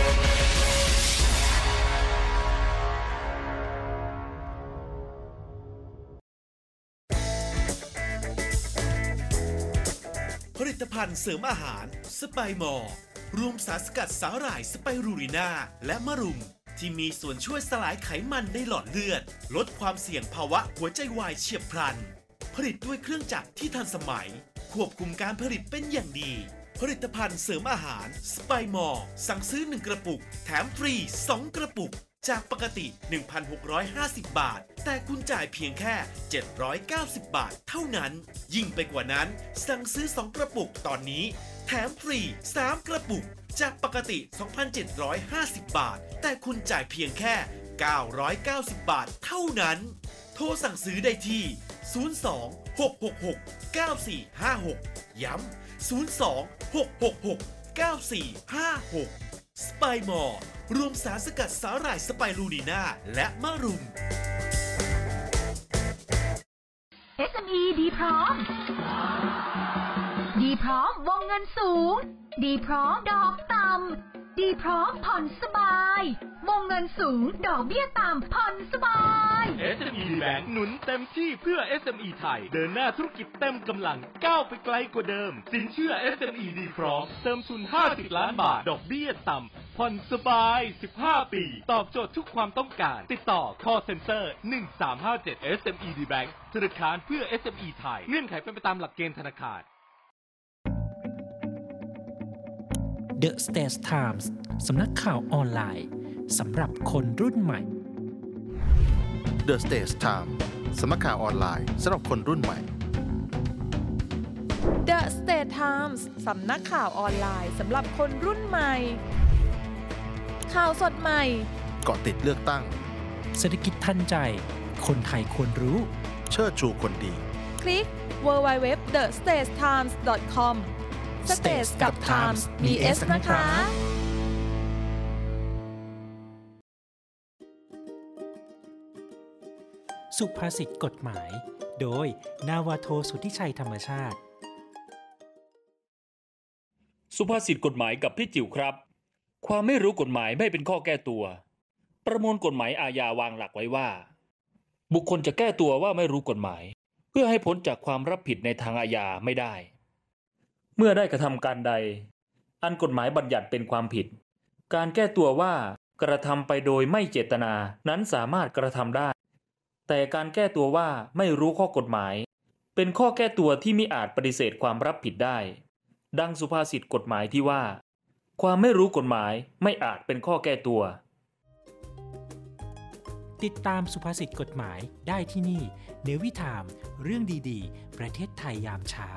[SPEAKER 7] ผลิตภัณฑ์เสริมอาหารสไปมอร์รวมสารสกัดสาหร่ายสไปรูรินาและมะรุมที่มีส่วนช่วยสลายไขมันในหลอดเลือดลดความเสี่ยงภาวะหัวใจวายเฉียบพลันผลิตด้วยเครื่องจักรที่ทันสมัยควบคุมการผลิตเป็นอย่างดีผลิตภัณฑ์เสริมอาหารสไปมอร์สั่งซื้อหนึ่งกระปุกแถมฟรีสองกระปุกจากปกติ หนึ่งพันหกร้อยห้าสิบ บาทแต่คุณจ่ายเพียงแค่เจ็ดร้อยเก้าสิบบาทเท่านั้นยิ่งไปกว่านั้นสั่งซื้อสองกระปุกตอนนี้แถมฟรีสามกระปุกจากปกติ สองพันเจ็ดร้อยห้าสิบ บาทแต่คุณจ่ายเพียงแค่เก้าร้อยเก้าสิบบาทเท่านั้นโทรสั่งซื้อได้ที่ศูนย์ สอง หก หก หก เก้า สี่ ห้า หกย้ำศูนย์ สอง หก หก หก เก้า สี่ ห้า หกสไปมอร์รวมสารสกัดสาหร่ายสไปรูนีนาและมะรุม
[SPEAKER 8] เอส เอ็ม อี ดีพร้อมดีพร้อมวงเงินสูงดีพร้อมดอกต่ำดีพร้อมผ่อนสบายวงเงินสูงดอกเบี้ยต่ำผ่อนสบาย
[SPEAKER 9] เอส เอ็ม อี Bank หนุนเต็มที่เพื่อ เอส เอ็ม อี ไทยเดินหน้าธุรกิจเต็มกำลังก้าวไปไกลกว่าเดิมสินเชื่อ เอส เอ็ม อี ดีพร้อมเติมทุนห้าสิบล้านบาทดอกเบี้ยต่ำผ่อนสบายสิบห้าปีตอบโจทย์ทุกความต้องการติดต่อ call center หนึ่งสามห้าเจ็ด เอส เอ็ม อี Bank ธนาคารเพื่อ เอส เอ็ม อี ไทยเงื่อนไขเป็นไปตามหลักเกณฑ์ธนาคาร
[SPEAKER 10] The States Times สำนักข่าวออนไลน์สำหรับคนรุ่นใหม่
[SPEAKER 1] The States Times สำนักข่าวออนไลน์สำหรับคนรุ่นใหม่
[SPEAKER 11] The States Times สำนักข่าวออนไลน์สำหรับคนรุ่นใหม่ข่าวสดใหม่
[SPEAKER 1] เกาะติดเลือกตั้ง
[SPEAKER 10] เศรษฐกิจทันใจคนไทยควรรู้
[SPEAKER 1] เชิดชูคนดี
[SPEAKER 11] คลิก ดับเบิลยู ดับเบิลยู ดับเบิลยู ดอท เดอะ สเตทส์ ไทมส์ ดอท คอม States กับ Times มี S นะคะ
[SPEAKER 10] สุภาษิตกฎหมายโดยนาวาโทสุทธิชัยธรรมชาติ
[SPEAKER 12] สุภาษิตกฎหมายกับพี่จิ๋วครับความไม่รู้กฎหมายไม่เป็นข้อแก้ตัวประมวลกฎหมายอาญาวางหลักไว้ว่าบุคคลจะแก้ตัวว่าไม่รู้กฎหมายเพื่อให้พ้นจากความรับผิดในทางอาญาไม่ได้เมื่อได้กระทำการใดอันกฎหมายบัญญัติเป็นความผิดการแก้ตัวว่ากระทำไปโดยไม่เจตนานั้นสามารถกระทำได้แต่การแก้ตัวว่าไม่รู้ข้อกฎหมายเป็นข้อแก้ตัวที่มิอาจปฏิเสธความรับผิดได้ดังสุภาษิตกฎหมายที่ว่าความไม่รู้กฎหมายไม่อาจเป็นข้อแก้ตัว
[SPEAKER 10] ติดตามสุภาษิตกฎหมายได้ที่นี่เนวิทามเรื่องดีๆประเทศไทยยามเช้า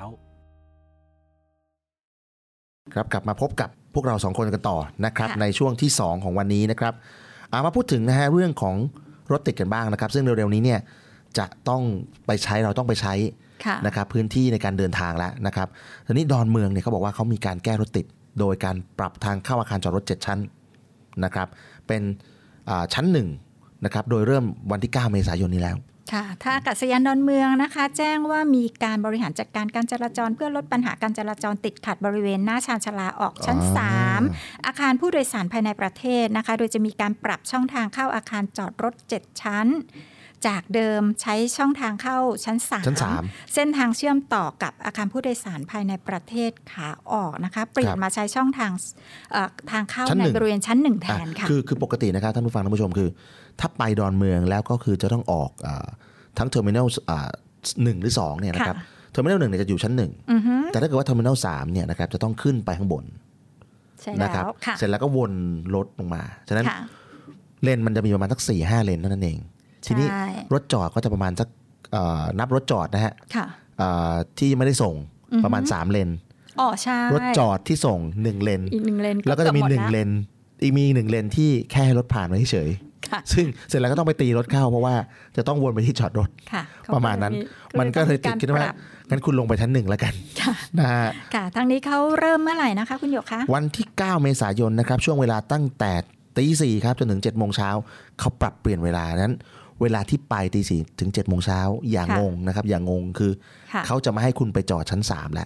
[SPEAKER 1] ครับกลับมาพบกับพวกเราสองคนกันต่อนะครับในช่วงที่สองของวันนี้นะครับเอามาพูดถึงนะฮะเรื่องของรถติดกันบ้างนะครับซึ่งเร็วๆนี้เนี่ยจะต้องไปใช้เราต้องไปใช้นะครับพื้นที่ในการเดินทางแล้วนะครับทีนี้ดอนเมืองเนี่ยเขาบอกว่าเขามีการแก้รถติดโดยการปรับทางเข้าอาคารจอดรถเจ็ดชั้นนะครับเป็นชั้นหนึ่งนะครับโดยเริ่มวันที่เก้าเมษายนนี้แล้ว
[SPEAKER 3] ค่ะท่าอากาศยานดอนเมืองนะคะแจ้งว่ามีการบริหารจัดการการจราจรเพื่อลดปัญหาการจราจรติดขัดบริเวณหน้าชานชาลาออกชั้นสามอาคารผู้โดยสารภายในประเทศนะคะโดยจะมีการปรับช่องทางเข้าอาคารจอดรถเจ็ดชั้นจากเดิมใช้ช่องทางเข้าชั้นสามเส้นทางเชื่อมต่อกับอาคารผู้โดยสารภายในประเทศขาออกนะคะเปลี่ยนมาใช้ช่องทางทางเข้าในบริเวณชั้นหนึ่งแทนค่ะ
[SPEAKER 1] คือคือปกตินะครับท่านผู้ฟังท่านผู้ชมคือถ้าไปดอนเมืองแล้วก็คือจะต้องออกทั้งเทอร์มินอลหนึ่งหรือสองเนี่ยนะครับเทอร์มินอลหนึ่งเนี่ยจะอยู่ชั้นหนึ่งแต่ถ้าเกิดว่าเทอร์มินอลสามเนี่ยนะครับจะต้องขึ้นไปข้างบนนะครับเสร็จแล้วก็วนรถลงมาฉะนั้นเลนมันจะมีประมาณสัก สี่ห้า เลนเท่านั้นเองทีนี้รถจอดก็จะประมาณสักนับรถจอดนะฮะที่ไม่ได้ส่งประมาณสามเลน
[SPEAKER 3] อ๋อใช่
[SPEAKER 1] รถจอดที่ส่งหนึ่งเลน
[SPEAKER 3] อีกหนึ่งเลน
[SPEAKER 1] แล้วก็จะมีหนึ่งเลนอีกมีหนึ่งเลนที่แค่ให้รถผ่านมาเฉยซึ่งเสร็จแล้วก็ต้องไปตีรถเข้าเพราะว่าจะต้องวนไปที่จอดรถประมาณนั้นมันก็เลยติดคิดว่างั้นคุณลงไปชั้นหนึ่งแล้วกันนะฮะ
[SPEAKER 3] ค่ะทั้งนี้เขาเริ่มเมื่อไหร่นะคะคุณหยกคะ
[SPEAKER 1] วันที่เก้าเมษายนนะครับช่วงเวลาตั้งแต่ตีสี่ครับจนถึงเจ็ดโมงเช้าเขาปรับเปลี่ยนเวลานั้นเวลาที่ไปตีสี่ถึงเจ็ดโมงเช้าอย่างงงนะครับอย่างงงคือเขาจะมาให้คุณไปจอดชั้นสามแล้ว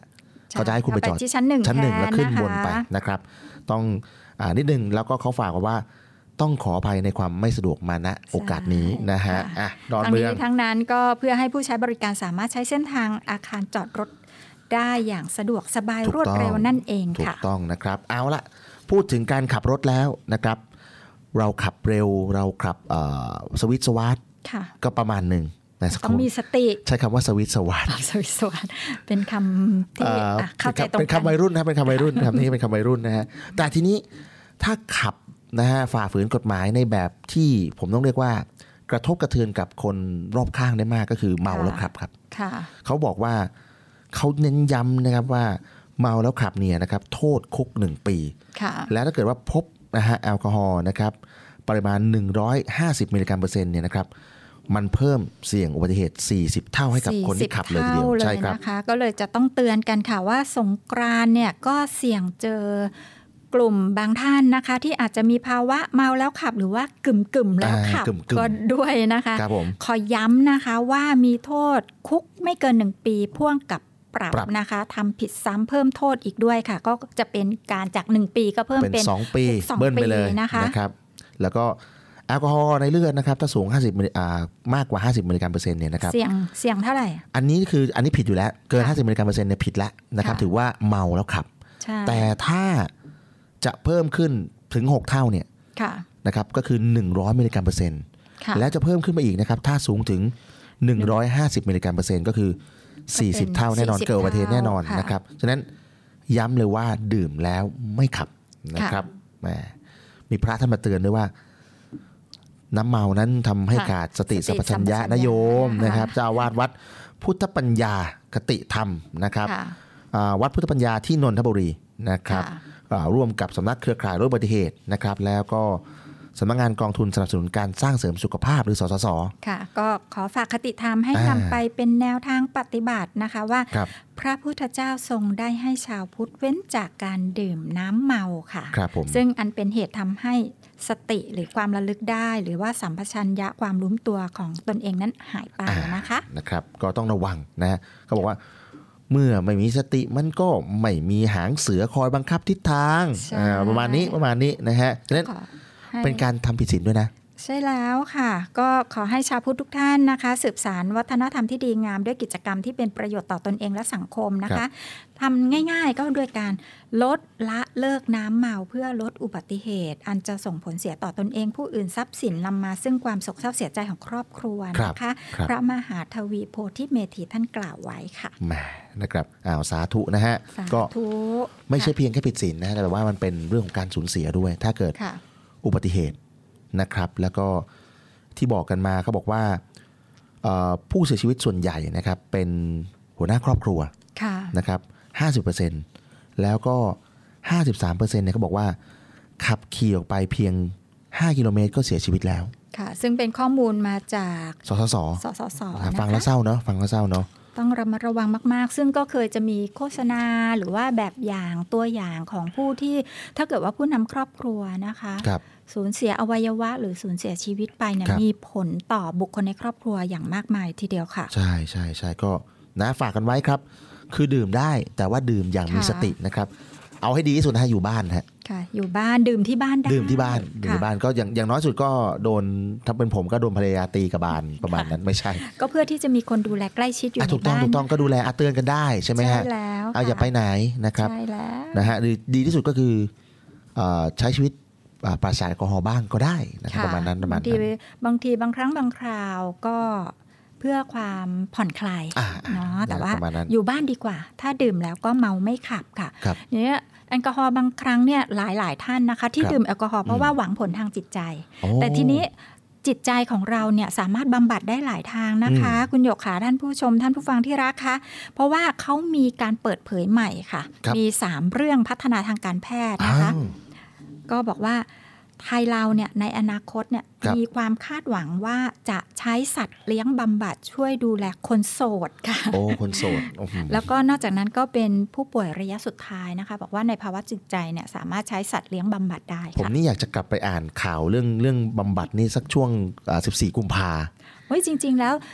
[SPEAKER 1] เขาจะให้คุณไปจอด
[SPEAKER 3] ที่ชั้นหนึ่ง
[SPEAKER 1] ชั้นหนึ่งแล้วขึ้นบนไปนะครับต้องอ่านิดนึงแล้วก็เขาฝากว่าต้องขออภัยในความไม่สะดวกมาณโอกาสนี้นะฮะอ่ะดอนเมือง
[SPEAKER 3] ทั้งนี้ทั้งนั้นก็เพื่อให้ผู้ใช้บริการสามารถใช้เส้นทางอาคารจอดรถได้อย่างสะดวกสบายรวดเร็วนั่นเองค่ะ
[SPEAKER 1] ถูกต้องนะครับเอาละพูดถึงการขับรถแล้วนะครับเราขับเร็วเราขับสวิตช์สวาร์ทก็ประมาณหนึ่ง
[SPEAKER 3] ต้องมีสติ
[SPEAKER 1] ใช้คำว่าสวิตช์สวาร์ท
[SPEAKER 3] สวิตช์สวาร์ทเป็นคำที่เข้าใจตรงกัน
[SPEAKER 1] เป็นคำวัยรุ่นนะเป็นคำวัยรุ่นคำนี้เป็นคำวัยรุ่นนะฮะแต่ทีนี้ถ้าขับนะฮะฝ่าฝืนกฎหมายในแบบที่ผมต้องเรียกว่ากระทบกระเทือนกับคนรอบข้างได้มากก็คือเมาแล้วขับครับเขาบอกว่าเขาเน้นย้ำนะครับว่าเมาแล้วขับเนี่ยนะครับโทษคุกหนึ่งปีแล้วถ้าเกิดว่าพบนะฮะแอลกอฮอล์นะครับปริมาณหนึ่งร้อยห้าสิบมิลลิกรัมเปอร์เซ็นต์เนี่ยนะครับมันเพิ่มเสี่ยงอุบัติเหตุสี่สิบเท่าให้กับคนที่ขับเลยทีเดียว
[SPEAKER 3] ใช่ครับนะคะก็เลยจะต้องเตือนกันค่ะว่าสงกรานต์เนี่ยก็เสี่ยงเจอกลุ่มบางท่านนะคะที่อาจจะมีภาวะเมาแล้วขับหรือว่ากึ่มกึ่มแล้วขับก็ด้วยนะคะขอย้ำนะคะว่ามีโทษคุกไม่เกินหนึ่งปีพ่วงกับปรับนะคะทำผิดซ้ำเพิ่มโทษอีกด้วยค่ะก็จะเป็นการจากหนึ่งปีก็เพิ่มเป็น
[SPEAKER 1] สองปีเบิ้ลไปเลยนะคะแล้วก็แอลกอฮอล์ในเลือดนะครับถ้าสูงห้าสิบอ่ามากกว่าห้าสิบมิลลิกรัมเปอร์เซ็นต์เนี่ยนะครับ
[SPEAKER 3] เสี่ยงเสี่ยงเท่าไหร่
[SPEAKER 1] อันนี้คืออันนี้ผิดอยู่แล้วเกินห้าสิบมิลลิกรัมเปอร์เซ็นต์เนี่ยผิดแล้วนะครับถือว่าเมาแล้วขับแต่ถ้าจะเพิ่มขึ้นถึงหกเท่าเนี่ยนะครับก็คือหนึ่งร้อยมิลลิกรัมเปอร์เซ็นต์แล้วจะเพิ่มขึ้นไปอีกนะครับถ้าสูงถึงหนึ่งร้อยห้าสิบมิลลิกรัมเปอร์เซ็นต์ก็คือสี่สิบเท่าแน่นอนเกิดอุบัติเหตุแน่นอนนะครับฉะนั้นย้ำเลยว่าดื่มแล้วไม่ขับนะครับแหมมีพระท่านมาเตือนด้วยว่าน้ำเมานั้นทำให้ขาดสติสัมปชัญญะนโยมนะครับเจ้าอาวาสวัดพุทธปัญญาคติธรรมนะครับวัดพุทธปัญญาที่นนทบุรีนะครับร่วมกับสำนักเครือข่ายลดอุบัติเหตุนะครับแล้วก็สำนักงานกองทุนสนับสนุนการสร้างเสริมสุขภาพหรือสสส.
[SPEAKER 3] ค่ะก็ขอฝากคติธรรมให้นำไปเป็นแนวทางปฏิบัตินะคะว่าพระพุทธเจ้าทรงได้ให้ชาวพุทธเว้นจากการดื่มน้ำเมาค่ะซึ่งอันเป็นเหตุทำให้สติหรือความระลึกได้หรือว่าสัมปชัญญะความรู้ตัวของตนเองนั้นหายไปนะคะ
[SPEAKER 1] นะครับก็ต้องระวังนะเขาบอกว่าเมื่อไม่มีสติมันก็ไม่มีหางเสือคอยบังคับทิศทางประมาณนี้ประมาณนี้นะฮะฉะนั้นเป็นการทำผิดศีลด้วยนะ
[SPEAKER 3] ใช่แล้วค่ะก็ขอให้ชาวพุทธทุกท่านนะคะสืบสานวัฒนธรรมที่ดีงามด้วยกิจกรรมที่เป็นประโยชน์ต่อตนเองและสังคมนะคะทำง่ายๆก็ด้วยการลดละเลิกน้ำเมาเพื่อลดอุบัติเหตุอันจะส่งผลเสียต่อตนเองผู้อื่นทรัพย์สินนำมาซึ่งความโศกเศร้าเสียใจของครอบครัวนะคะพระมหาทวีโพธิเมธีท่านกล่าวไว้ค่ะ
[SPEAKER 1] แหมนะครับอ้าวสาธุนะฮะก็ไม่ใช่เพียงแค่ผิดศีลนะแต่ว่ามันเป็นเรื่องของการสูญเสียด้วยถ้าเกิดอุบัติเหตุนะครับแล้วก็ที่บอกกันมาเขาบอกว่าผู้เสียชีวิตส่วนใหญ่นะครับเป็นหัวหน้าครอบครัวนะครับ ห้าสิบเปอร์เซ็นต์ แล้วก็ ห้าสิบสามเปอร์เซ็นต์ เนี่ยเขาบอกว่าขับขี่ออกไปเพียงห้ากิโลเมตรก็เสียชีวิตแล้ว
[SPEAKER 3] ค่ะซึ่งเป็นข้อมูลมาจาก
[SPEAKER 1] สสส
[SPEAKER 3] สสส
[SPEAKER 1] ฟังแล้วเศร้าเนาะฟังแล้วเศร้าเนาะ
[SPEAKER 3] ต้องระมัดระวังมากๆซึ่งก็เคยจะมีโฆษณาหรือว่าแบบอย่างตัวอย่างของผู้ที่ถ้าเกิดว่าผู้นำครอบครัวนะคะสูญเสียอวัยวะหรือสูญเสียชีวิตไปเนี่ยมีผลต่อบุคคลในครอบครัวอย่างมากมายทีเดียวค่ะ
[SPEAKER 1] ใช่ใช่ใช่ก็นะฝากกันไว้ครับคือดื่มได้แต่ว่าดื่มอย่างมีสตินะครับเอาให้ดีที่สุดนะอยู่บ้านฮะ
[SPEAKER 3] ค่ะอยู่บ้านดื่มที่บ้านได้
[SPEAKER 1] ดื่มที่บ้านดื่มที่บ้านก็อย่างอย่างน้อยสุดก็โดนถ้าเป็นผมก็โดนภรรยาตีกับบานประมาณนั้นไม่ใช่
[SPEAKER 3] ก็เพื่อที่จะมีคนดูแลใกล้ชิดอยู่ในบ้าน
[SPEAKER 1] ถูกต้องถูกต้องก็ดูแลเตือนกันได้ใช่ไหมฮะ
[SPEAKER 3] ใช่แล้ว
[SPEAKER 1] เอาอย่าไปไหนนะครับ
[SPEAKER 3] ใช่แล้ว
[SPEAKER 1] นะฮะดีที่สุดก็คือใช้ชีวิตปราศจากแอลกอฮอล์บ้างก็ได้นะครับประมาณนั้นประมาณนั้น
[SPEAKER 3] บางทีบางครั้งบางคราวก็เพื่อความผ่อนคลายเนาะแต่ว่าอยู่บ้านดีกว่าถ้าดื่มแล้วก็เมาไม่ขับค่ะเนี่ยแอลกอฮอล์บางครั้งเนี่ยหลายๆท่านนะคะที่ดื่มแอลกอฮอล์เพราะว่าหวังผลทางจิตใจแต่ทีนี้จิตใจของเราเนี่ยสามารถบำบัดได้หลายทางนะคะคุณหยกขาท่านผู้ชมท่านผู้ฟังที่รักคะเพราะว่าเขามีการเปิดเผยใหม่ค่ะมีสามเรื่องพัฒนาทางการแพทย์นะคะก็บอกว่าไทยเราเนี่ยในอนาคตเนี่ยมีความคาดหวังว่าจะใช้สัตว์เลี้ยงบำบัดช่วยดูแลคนโสดค่ะ
[SPEAKER 1] โอ้คนโสด
[SPEAKER 3] แล้วก็นอกจากนั้นก็เป็นผู้ป่วยระยะสุดท้ายนะคะบอกว่าในภาวะจิตใจเนี่ยสามารถใช้สัตว์เลี้ยงบำบัดได้
[SPEAKER 1] ผมนี่อยากจะกลับไปอ่านข่าวเรื่องเรื่องบำบัดนี่สักช่วงสิบสี่กุมภา
[SPEAKER 3] เฮ้ยจริงๆแล้ว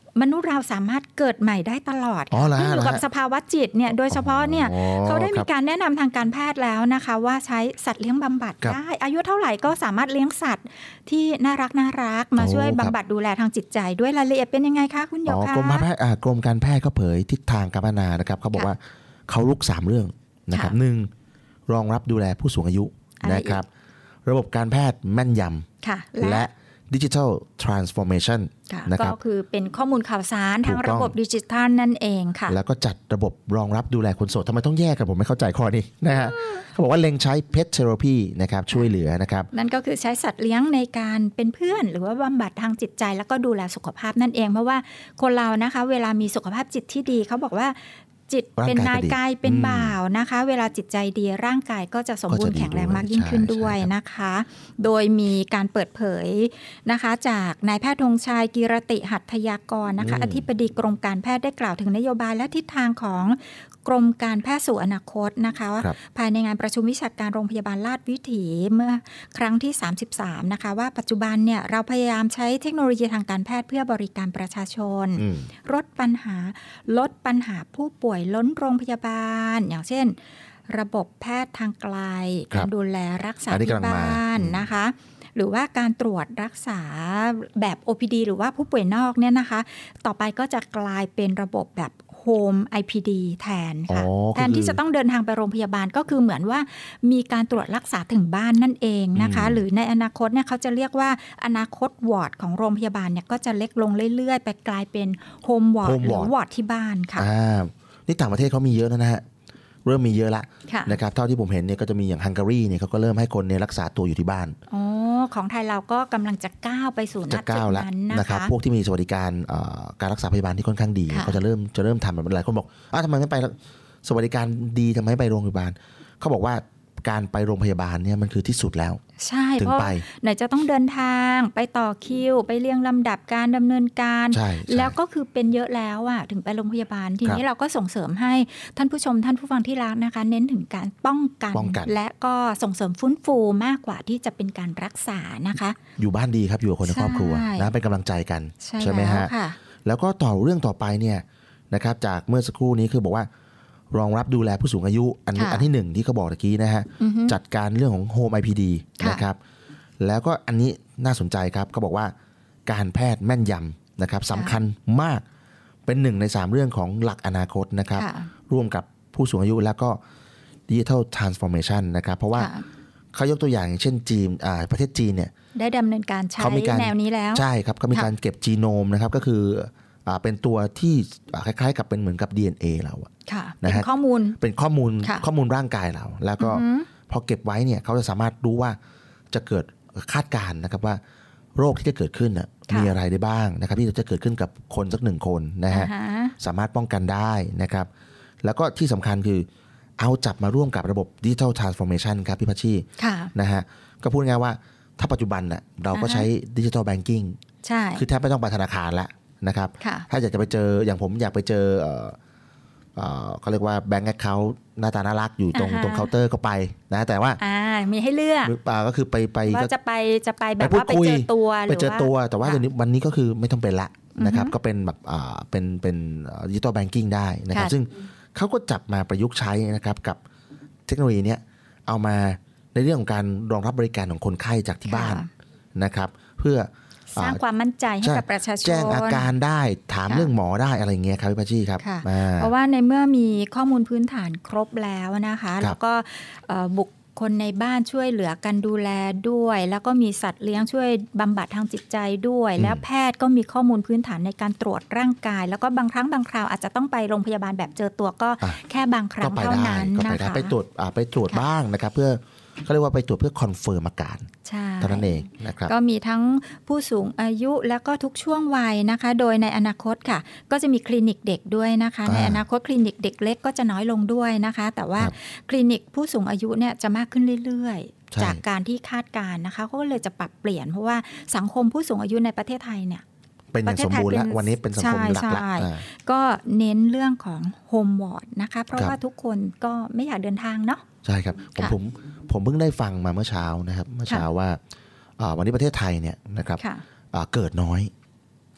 [SPEAKER 3] มนุษย์เราสามารถเกิดใหม่ได้ตลอดขึ้นอยู่กับสภาวะจิตเนี่ยโดยเฉพาะเนี่ยเขาได้มีการแนะนำทางการแพทย์แล้วนะคะว่าใช้สัตว์เลี้ยงบำบัดได้อายุเท่าไหร่ก็สามารถเลี้ยงสัตว์ที่น่ารักน่ารักมาช่วยบำบัดดูแลทางจิตใจด้วยรายละเอียดเป็นยังไงคะคุณหยกคะ
[SPEAKER 1] กรมแพทย์กรมการแพทย์ก็เผยทิศทางการพัฒนานะครับเขาบอกว่าเขาลุกสามเรื่องนะครับหนึ่งรองรับดูแลผู้สูงอายุนะครับระบบการแพทย์แม่นยำและดิจิทัลทรานส์ฟอร์เมชันนะครับ
[SPEAKER 3] ก็คือเป็นข้อมูลข่าวสารทางระบบดิจิทัลนั่นเองค่ะ
[SPEAKER 1] แล้วก็จัดระบบรองรับดูแลคนโสดทำไมต้องแยกกันผมไม่เข้าใจข้อนี้นะฮะเขาบอกว่าเล็งใช้เพทเทอราพีนะครับช่วยเหลือนะครับ
[SPEAKER 3] นั่นก็คือใช้สัตว์เลี้ยงในการเป็นเพื่อนหรือว่าบำบัดทางจิตใจแล้วก็ดูแลสุขภาพนั่นเองเพราะว่าคนเรานะคะเวลามีสุขภาพจิตที่ดีเขาบอกว่าจิตเป็นนายกายเป็นบ่าวนะคะเวลาจิตใจดีร่างกายก็จะสมบูรณ์แข็งแรงมากยิ่งขึ้นด้วยนะคะโดยมีการเปิดเผยนะคะจากนายแพทย์ธงชัยกิรติหัตถยากรนะคะอธิบดีกรมการแพทย์ได้กล่าวถึงนโยบายและทิศทางของกรมการแพทย์สู่อนาคตนะคะภายในงานประชุมวิชาการโรงพยาบาลราชวิถีเมื่อครั้งที่สามสิบสามนะคะว่าปัจจุบันเนี่ยเราพยายามใช้เทคโนโลยีทางการแพทย์เพื่อบริการประชาชนลดปัญหาลดปัญหาผู้ป่วยล้นโรงพยาบาลอย่างเช่นระบบแพทย์ทางไกลการดูแลรักษาที่บ้านนะคะหรือว่าการตรวจรักษาแบบ โอ พี ดี หรือว่าผู้ป่วยนอกเนี่ยนะคะต่อไปก็จะกลายเป็นระบบแบบHome ไอ พี ดี แทนค่ะแทนที่จะต้องเดินทางไปโรงพยาบาลก็คือเหมือนว่ามีการตรวจรักษาถึงบ้านนั่นเองนะคะหรือในอนาคตเนี่ยเขาจะเรียกว่าอนาคตวอร์ดของโรงพยาบาลเนี่ยก็จะเล็กลงเรื่อยๆไปกลายเป็นโฮมวอร์ดหรือวอร์ดที่บ้านค่ะ
[SPEAKER 1] อ่านี่ต่างประเทศเขามีเยอะนะฮะเริ่มมีเยอะละนะครับเท่าที่ผมเห็นเนี่ยก็จะมีอย่างฮังการีเนี่ยเขาก็เริ่มให้คนเนี่ยรักษาตัวอยู่ที่บ้าน
[SPEAKER 3] อ๋อของไทยเราก็กำลังจะก้าวไปสู่นัดจุดนั้น
[SPEAKER 1] นะครับพวกที่มีสวัสดิการการรักษาพยาบาลที่ค่อนข้างดีก็จะเริ่มจะเริ่มทำแบบหลายคนบอกอ้าวทำไมไม่ไปสวัสดิการดีทำไมไม่ไปโรงพยาบาลเขาบอกว่าการไปโรงพยาบาลเนี่ยมันคือที่สุดแล้ว
[SPEAKER 3] ใช่เพราะไหนจะต้องเดินทางไปต่อคิวไปเรียงลำดับการดำเนินการแล้วก็คือเป็นเยอะแล้วอะถึงไปโรงพยาบาลทีนี้เราก็ส่งเสริมให้ท่านผู้ชมท่านผู้ฟังที่รักนะคะเน้นถึงการป้องกันและก็ส่งเสริมฟื้นฟูมากกว่าที่จะเป็นการรักษานะคะ
[SPEAKER 1] อยู่บ้านดีครับอยู่กับคนในครอบครัวนะเป็นกำลังใจกันใช่ไหมฮะแล้วก็ต่อเรื่องต่อไปเนี่ยนะครับจากเมื่อสักครู่นี้คือบอกว่ารองรับดูแลผู้สูงอายุอันอันที่หนึ่งที่เขาบอกตะกี้นะฮะจัดการเรื่องของ Home ไอ พี ดี นะครับแล้วก็อันนี้น่าสนใจครับเขาบอกว่าการแพทย์แม่นยำนะครับสำคัญมากเป็นหนึ่งในสามเรื่องของหลักอนาคตนะครับร่วมกับผู้สูงอายุแล้วก็ Digital Transformation นะครับเพราะว่าเขายกตัวอย่างเช่นจีนประเทศจีนเนี่ย
[SPEAKER 3] ได้ดำเนินการใช้แนวนี้แล้ว
[SPEAKER 1] ใช่ครับเขามีการเก็บจีโนมนะครับก็คือเป็นตัวที่คล้ายๆกับเป็นเหมือนกับ ดี เอ็น เอ เราอะ
[SPEAKER 3] นะฮะเป็นข้อมูล
[SPEAKER 1] เป็นข้อมูลข้อมูลร่างกายเราแล้วก็พอเก็บไว้เนี่ยเขาจะสามารถรู้ว่าจะเกิดคาดการณ์นะครับว่าโรคที่จะเกิดขึ้นมีอะไรได้บ้างนะครับที่จะเกิดขึ้นกับคนสักหนึ่งคนนะฮะสามารถป้องกันได้นะครับแล้วก็ที่สำคัญคือเอาจับมาร่วมกับระบบ Digital Transformation ครับพี่พัชชีนะฮะก็พูดง่ายว่าถ้าปัจจุบันน่ะเราก็ใช้ Digital Banking
[SPEAKER 3] ใช่
[SPEAKER 1] คือแทบไม่ต้องไปธนาคารละนะครับถ้าอยากจะไปเจออย่างผมอยากไปเจอเขาเรียกว่าแบงก์แอคเคาท์หน้าตาน่ารักอยู่ตรงตรงเคาน์เตอร์ก็ไปนะแต่ว่า
[SPEAKER 3] มีให้เลือก
[SPEAKER 1] ก็คือไปไป
[SPEAKER 3] ว่าจะไปจะไปแบบว่าไปเจอตัว
[SPEAKER 1] ไปเจอตัวแต่ว่าวันนี้ก็คือไม่ต้องเป็นละนะครับก็เป็นแบบเป็นเป็นดิจิตอลแบงกิ้งได้นะครับซึ่งเขาก็จับมาประยุกต์ใช้นะครับกับเทคโนโลยีนี้เอามาในเรื่องของการรองรับบริการของคนไข้จากที่บ้านนะครับเพื่อ
[SPEAKER 3] สร้างความมั่นใจให้กับประชาชน
[SPEAKER 1] แจ้งอาการได้ถามเรื่องหมอได้อะไรเงี้ยครับพี่พัชชีครับ
[SPEAKER 3] เพราะว่าในเมื่อมีข้อมูลพื้นฐานครบแล้วนะคะแล้วก็บุคคลในบ้านช่วยเหลือกันดูแลด้วยแล้วก็มีสัตว์เลี้ยงช่วยบำบัดทางจิตใจด้วยแล้วแพทย์ก็มีข้อมูลพื้นฐานในการตรวจร่างกายแล้วก็บางครั้งบางคราวอาจจะต้องไปโรงพยาบาลแบบเจอตัวก็แค่บางครั้งเท่านั้นนะคะ
[SPEAKER 1] ไปตรวจไปตรวจบ้างนะครับเพื่อเขาเรียกว่าไปตรวจเพื่อคอนเฟิร์มอาการเท่านั้นเองนะครับ
[SPEAKER 3] ก็มีทั้งผู้สูงอายุแล้วก็ทุกช่วงวัยนะคะโดยในอนาคตค่ะก็จะมีคลินิกเด็กด้วยนะคะในอนาคตคลินิกเด็กเล็กก็จะน้อยลงด้วยนะคะแต่ว่าคลินิกผู้สูงอายุเนี่ยจะมากขึ้นเรื่อยๆจากการที่คาดการณ์นะคะก็เลยจะปรับเปลี่ยนเพราะว่าสังคมผู้สูงอายุในประเทศไทยเนี่ย
[SPEAKER 1] เป็นอย่างสมบูรณ์แล้ววันนี้เป็นสังคมหลักแล้ว
[SPEAKER 3] ก็เน้นเรื่องของโฮมวอร์ดนะคะเพราะว่าทุกคนก็ไม่อยากเดินทางเนาะ
[SPEAKER 1] ใช่ครับผมผมผมเพิ่งได้ฟังมาเมื่อเช้านะครับเมื่อเช้าว่าวันนี้ประเทศไทยเนี่ยนะครับเกิดน้อย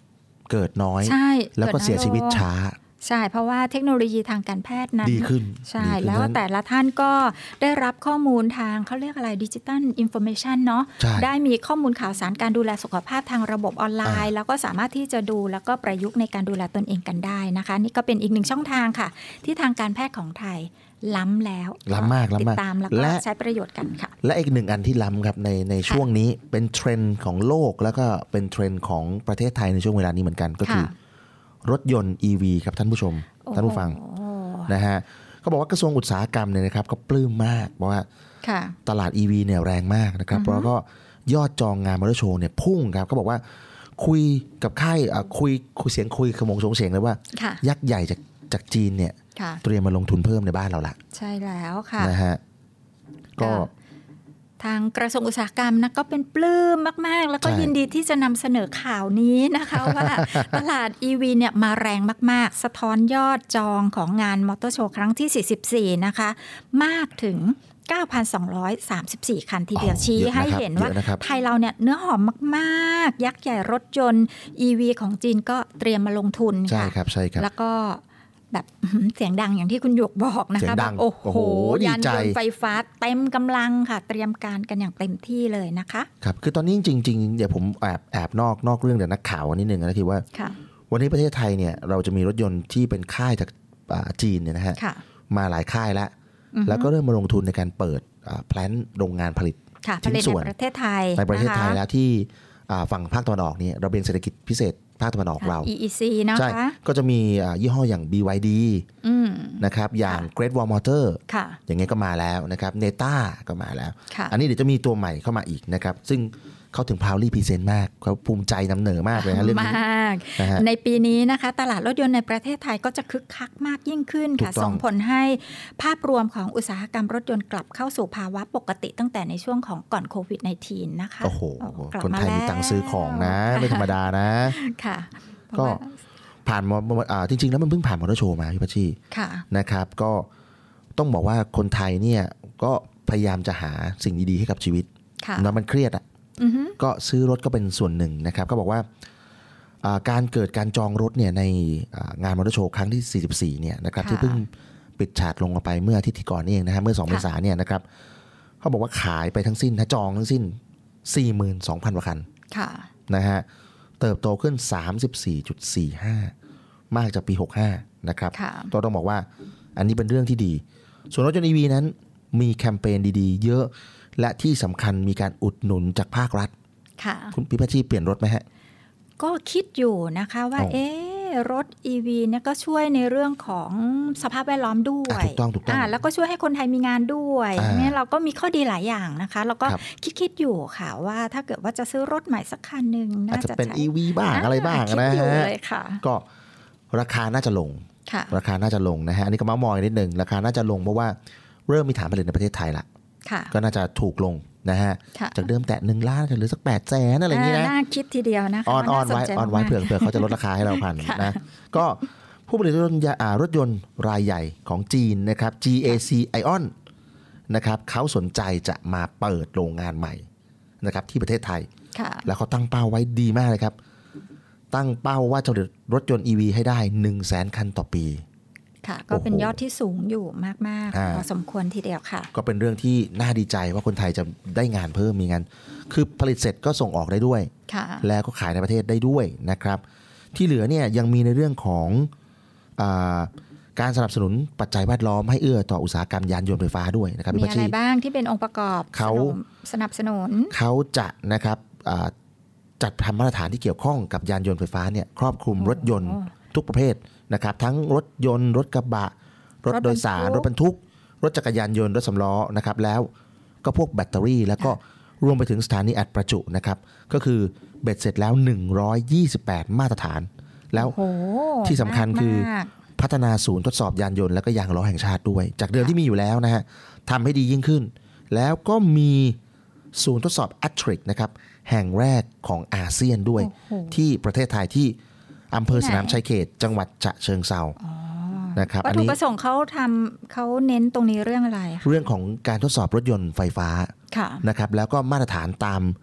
[SPEAKER 1] เกิดน้อย
[SPEAKER 3] ใช่
[SPEAKER 1] แล้วก็เสียชีวิตช้า
[SPEAKER 3] ใช่เพราะว่าเทคโนโลยีทางการแพทย์นั้น
[SPEAKER 1] ดีขึ้น
[SPEAKER 3] ใช่แล้วแต่ละท่านก็ได้รับข้อมูลทางเขาเรียกอะไรดิจิทัลอินโฟเมชันเนาะได้มีข้อมูลข่าวสารการดูแลสุขภาพทางระบบออนไลน์แล้วก็สามารถที่จะดูแล้วก็ประยุกต์ในการดูแลตนเองกันได้นะคะนี่ก็เป็นอีกหนึ่งช่องทางค่ะที่ทางการแพทย์ของไทยล้ำแล้ว
[SPEAKER 1] ล้ำมากล้ำมาก
[SPEAKER 3] ติดตามแล้วก็ใช้ประโยชน์กันค่ะ
[SPEAKER 1] และอีกหนึ่งอันที่ล้ำครับในในช่วงนี้เป็นเทรนด์ของโลกแล้วก็เป็นเทรนด์ของประเทศไทยในช่วงเวลานี้เหมือนกันก็คือรถยนต์ อี วี ครับท่านผู้ชมท่านผู้ฟังนะฮะเขาบอกว่ากระทรวงอุตสาหกรรมเนี่ยนะครับก็ปลื้มมากเพราะว่าตลาด อี วี เนี่ยแรงมากนะครับแล้วก็ยอดจองงานมอเตอร์โชว์เนี่ยพุ่งครับเขาบอกว่าคุยกับค่ายคุยคุยเสียงคุยขมงโฉงเฉงเลยว่ายักษ์ใหญ่จากจากจีนเนี่ยเตรียมมาลงทุนเพิ่มในบ้านเราละ
[SPEAKER 3] ใช่แล้วค่ะ
[SPEAKER 1] นะฮะก็
[SPEAKER 3] ทางกระทรวงอุตสาหกรรมนะก็เป็นปลื้มมากๆแล้วก็ยินดีที่จะนำเสนอข่าวนี้นะคะว่าตลาด อี วี เนี่ยมาแรงมากๆสะท้อนยอดจองของงานมอเตอร์โชว์ครั้งที่สี่สิบสี่นะคะมากถึง เก้าพันสองร้อยสามสิบสี่ คันทีเดียวชี้ให้เห็นว่าไทยเราเนี่ยเนื้อหอมมากๆยักษ์ใหญ่รถยนต์ อี วี ของจีนก็เตรียมมาลงทุนค่ะ
[SPEAKER 1] ใช่ครับใช่ครับ
[SPEAKER 3] แล้วก็แบบเสียงดังอย่างที่คุณหยกบอกนะคะแบบโอ้โหยานยนต์ไฟฟ้าเต็มกำลังค่ะเตรียมการกันอย่างเต็มที่เลยนะคะ
[SPEAKER 1] ครับคือตอนนี้จริงๆเดี๋ยวผมแอบแอบนอกนอกเรื่องเดี๋ยวนักข่าวนิดนึงนะคือว่าวันนี้ประเทศไทยเนี่ยเราจะมีรถยนต์ที่เป็นค่ายจากจีนเนี่ยนะฮะมาหลายค่ายแล้วแล้วก็เริ่มมาลงทุนในการเปิดแพลนโรงงานผลิต
[SPEAKER 3] ชิ้นส่วนในประเทศไทย
[SPEAKER 1] ในประเทศไทยแล้วที่ฝั่งภาคตะวันออกเนี่ยเราเป็นเศรษฐกิจพิเศษภาคตะวันออกเรา
[SPEAKER 3] อี อี ซี นะคะใช่
[SPEAKER 1] ก็จะมียี่ห้ออย่าง บี วาย ดี นะครับอย่าง Great Wall Motor อย่างเงี้ยก็มาแล้วนะครับเนต้าก็มาแล้วอันนี้เดี๋ยวจะมีตัวใหม่เข้ามาอีกนะครับซึ่งเขาถึง proudly present มากเขาภูมิใจนำเหนอมากเลยนะเรื่องนี้
[SPEAKER 3] มากในปีนี้นะคะตลาดรถยนต์ในประเทศไทยก็จะคึกคักมากยิ่งขึ้นค่ะส่งผลให้ภาพรวมของอุตสาหกรรมรถยนต์กลับเข้าสู่ภาวะปกติตั้งแต่ในช่วงของก่อนโควิด สิบเก้า นะคะ
[SPEAKER 1] โอ้โหคนไทยมีตังค์ซื้อของนะไม่ธรรมดานะ
[SPEAKER 3] ค่ะ
[SPEAKER 1] ก็ผ่านจริงๆแล้วมันเพิ่งผ่านมอเตอร์โชว์มาพี่พัชชีนะครับก็ต้องบอกว่าคนไทยเนี่ยก็พยายามจะหาสิ่งดีๆให้กับชีวิตแล้วมันเครียดอ่ะก็ซื้อรถก็เป็นส่วนหนึ่งนะครับก็บอกว่าการเกิดการจองรถเนี่ยในงานมอเตอร์โชว์ครั้งที่สี่สิบสี่เนี่ยนะครับที่เพิ่งปิดฉากลงไปเมื่ออาทิตย์ก่อนนี่เองนะฮะเมื่อสองเมษายนเนี่ยนะครับเขาบอกว่าขายไปทั้งสิ้นถ้าจองทั้งสิ้น สี่หมื่นสองพัน กว่าคันนะฮะเติบโตขึ้น สามสิบสี่จุดสี่ห้า มากจากปีหกสิบห้านะครับก็ต้องบอกว่าอันนี้เป็นเรื่องที่ดีส่วนรถยนต์ อี วี นั้นมีแคมเปญดีๆเยอะและที่สำคัญมีการอุดหนุนจากภาครัฐคุณพี่พัชชีเปลี่ยนรถไหมฮะ
[SPEAKER 3] ก็คิดอยู่นะคะว่าเอ๊ะรถ อี วี เนี่ยก็ช่วยในเรื่องของสภาพแวดล้อมด้วย
[SPEAKER 1] ถูกต้องถูกต้อง
[SPEAKER 3] แล้วก็ช่วยให้คนไทยมีงานด้วยเนี่ยเราก็มีข้อดีหลายอย่างนะคะแล้วก็คิดๆอยู่ค่ะว่าถ้าเกิดว่าจะซื้อรถใหม่สักคันนึงน่าจะ
[SPEAKER 1] เป็น อี วี บ้างอะไรบ้างนะฮะก็ราคาน่าจะลงราคาน่าจะลงนะฮะอันนี้ก็เมามอยนิดนึงราคาน่าจะลงเพราะว่าเริ่มมีฐานผลิตในประเทศไทยละก็น่าจะถูกลงนะฮะจากเดิมแตะหนึ่งล้านจะเหลือสักแปดแสนอะไรอย่างนี้นะ
[SPEAKER 3] น่าคิดทีเดียวนะคะ
[SPEAKER 1] ออนออนไว้ออนไว้เผื่อเผื่อเขาจะลดราคาให้เราพันนะก็ผู้ผลิตรถยนต์รถยนต์รายใหญ่ของจีนนะครับ จี เอ ซี Ion นะครับเขาสนใจจะมาเปิดโรงงานใหม่นะครับที่ประเทศไทยแล้วเขาตั้งเป้าไว้ดีมากเลยครับตั้งเป้าว่าจะผลิตรถยนต์ อี วี ให้ได้ หนึ่งแสน คันต่อปี
[SPEAKER 3] ค่ะก็เป็นยอดที่สูงอยู่มากๆพอสมควรทีเดียวค่ะ
[SPEAKER 1] ก็เป็นเรื่องที่น่าดีใจว่าคนไทยจะได้งานเพิ่มมีงานคือผลิตเสร็จก็ส่งออกได้ด้วยแล้วก็ขายในประเทศได้ด้วยนะครับที่เหลือเนี่ยยังมีในเรื่องของอ่าการสนับสนุนปัจจัยแวดล้อมให้เอื้อต่ออุตสาหกรรมยานยนต์ไฟฟ้าด้วยนะครับ
[SPEAKER 3] มีอะไรบ้างที่เป็นองค์ประกอบเขาสนับสนุน
[SPEAKER 1] เขาจะนะครับจัดทำมาตรฐานที่เกี่ยวข้องกับยานยนต์ไฟฟ้าเนี่ยครอบคลุมรถยนต์ทุกประเภทนะครับทั้งรถยนต์รถกระบะรถโดยสารรถบรรทุกรถจักรยานยนต์รถสำล้อนะครับแล้วก็พวกแบตเตอรี่แล้วก็รวมไปถึงสถานีอัดประจุนะครับก็คือเบ็ดเสร็จแล้วหนึ่งร้อยยี่สิบแปดมาตรฐานแล้วที่สำคัญคือพัฒนาศูนย์ทดสอบยานยนต์และก็ยางล้อแห่งชาติด้วยจากเดิมที่มีอยู่แล้วนะฮะทำให้ดียิ่งขึ้นแล้วก็มีศูนย์ทดสอบอัตทริกนะครับแห่งแรกของอาเซียนด้วยที่ประเทศไทยที่อำเภอสนามชัยเขตจังหวัดฉะเชิงเทรานะครับ
[SPEAKER 3] วัตถุประสงค์เขาทำเขาเน้นตรงนี้เรื่องอะไร
[SPEAKER 1] เรื่องของการทดสอบรถยนต์ไฟฟ้านะครับแล้วก็มาตรฐานตาม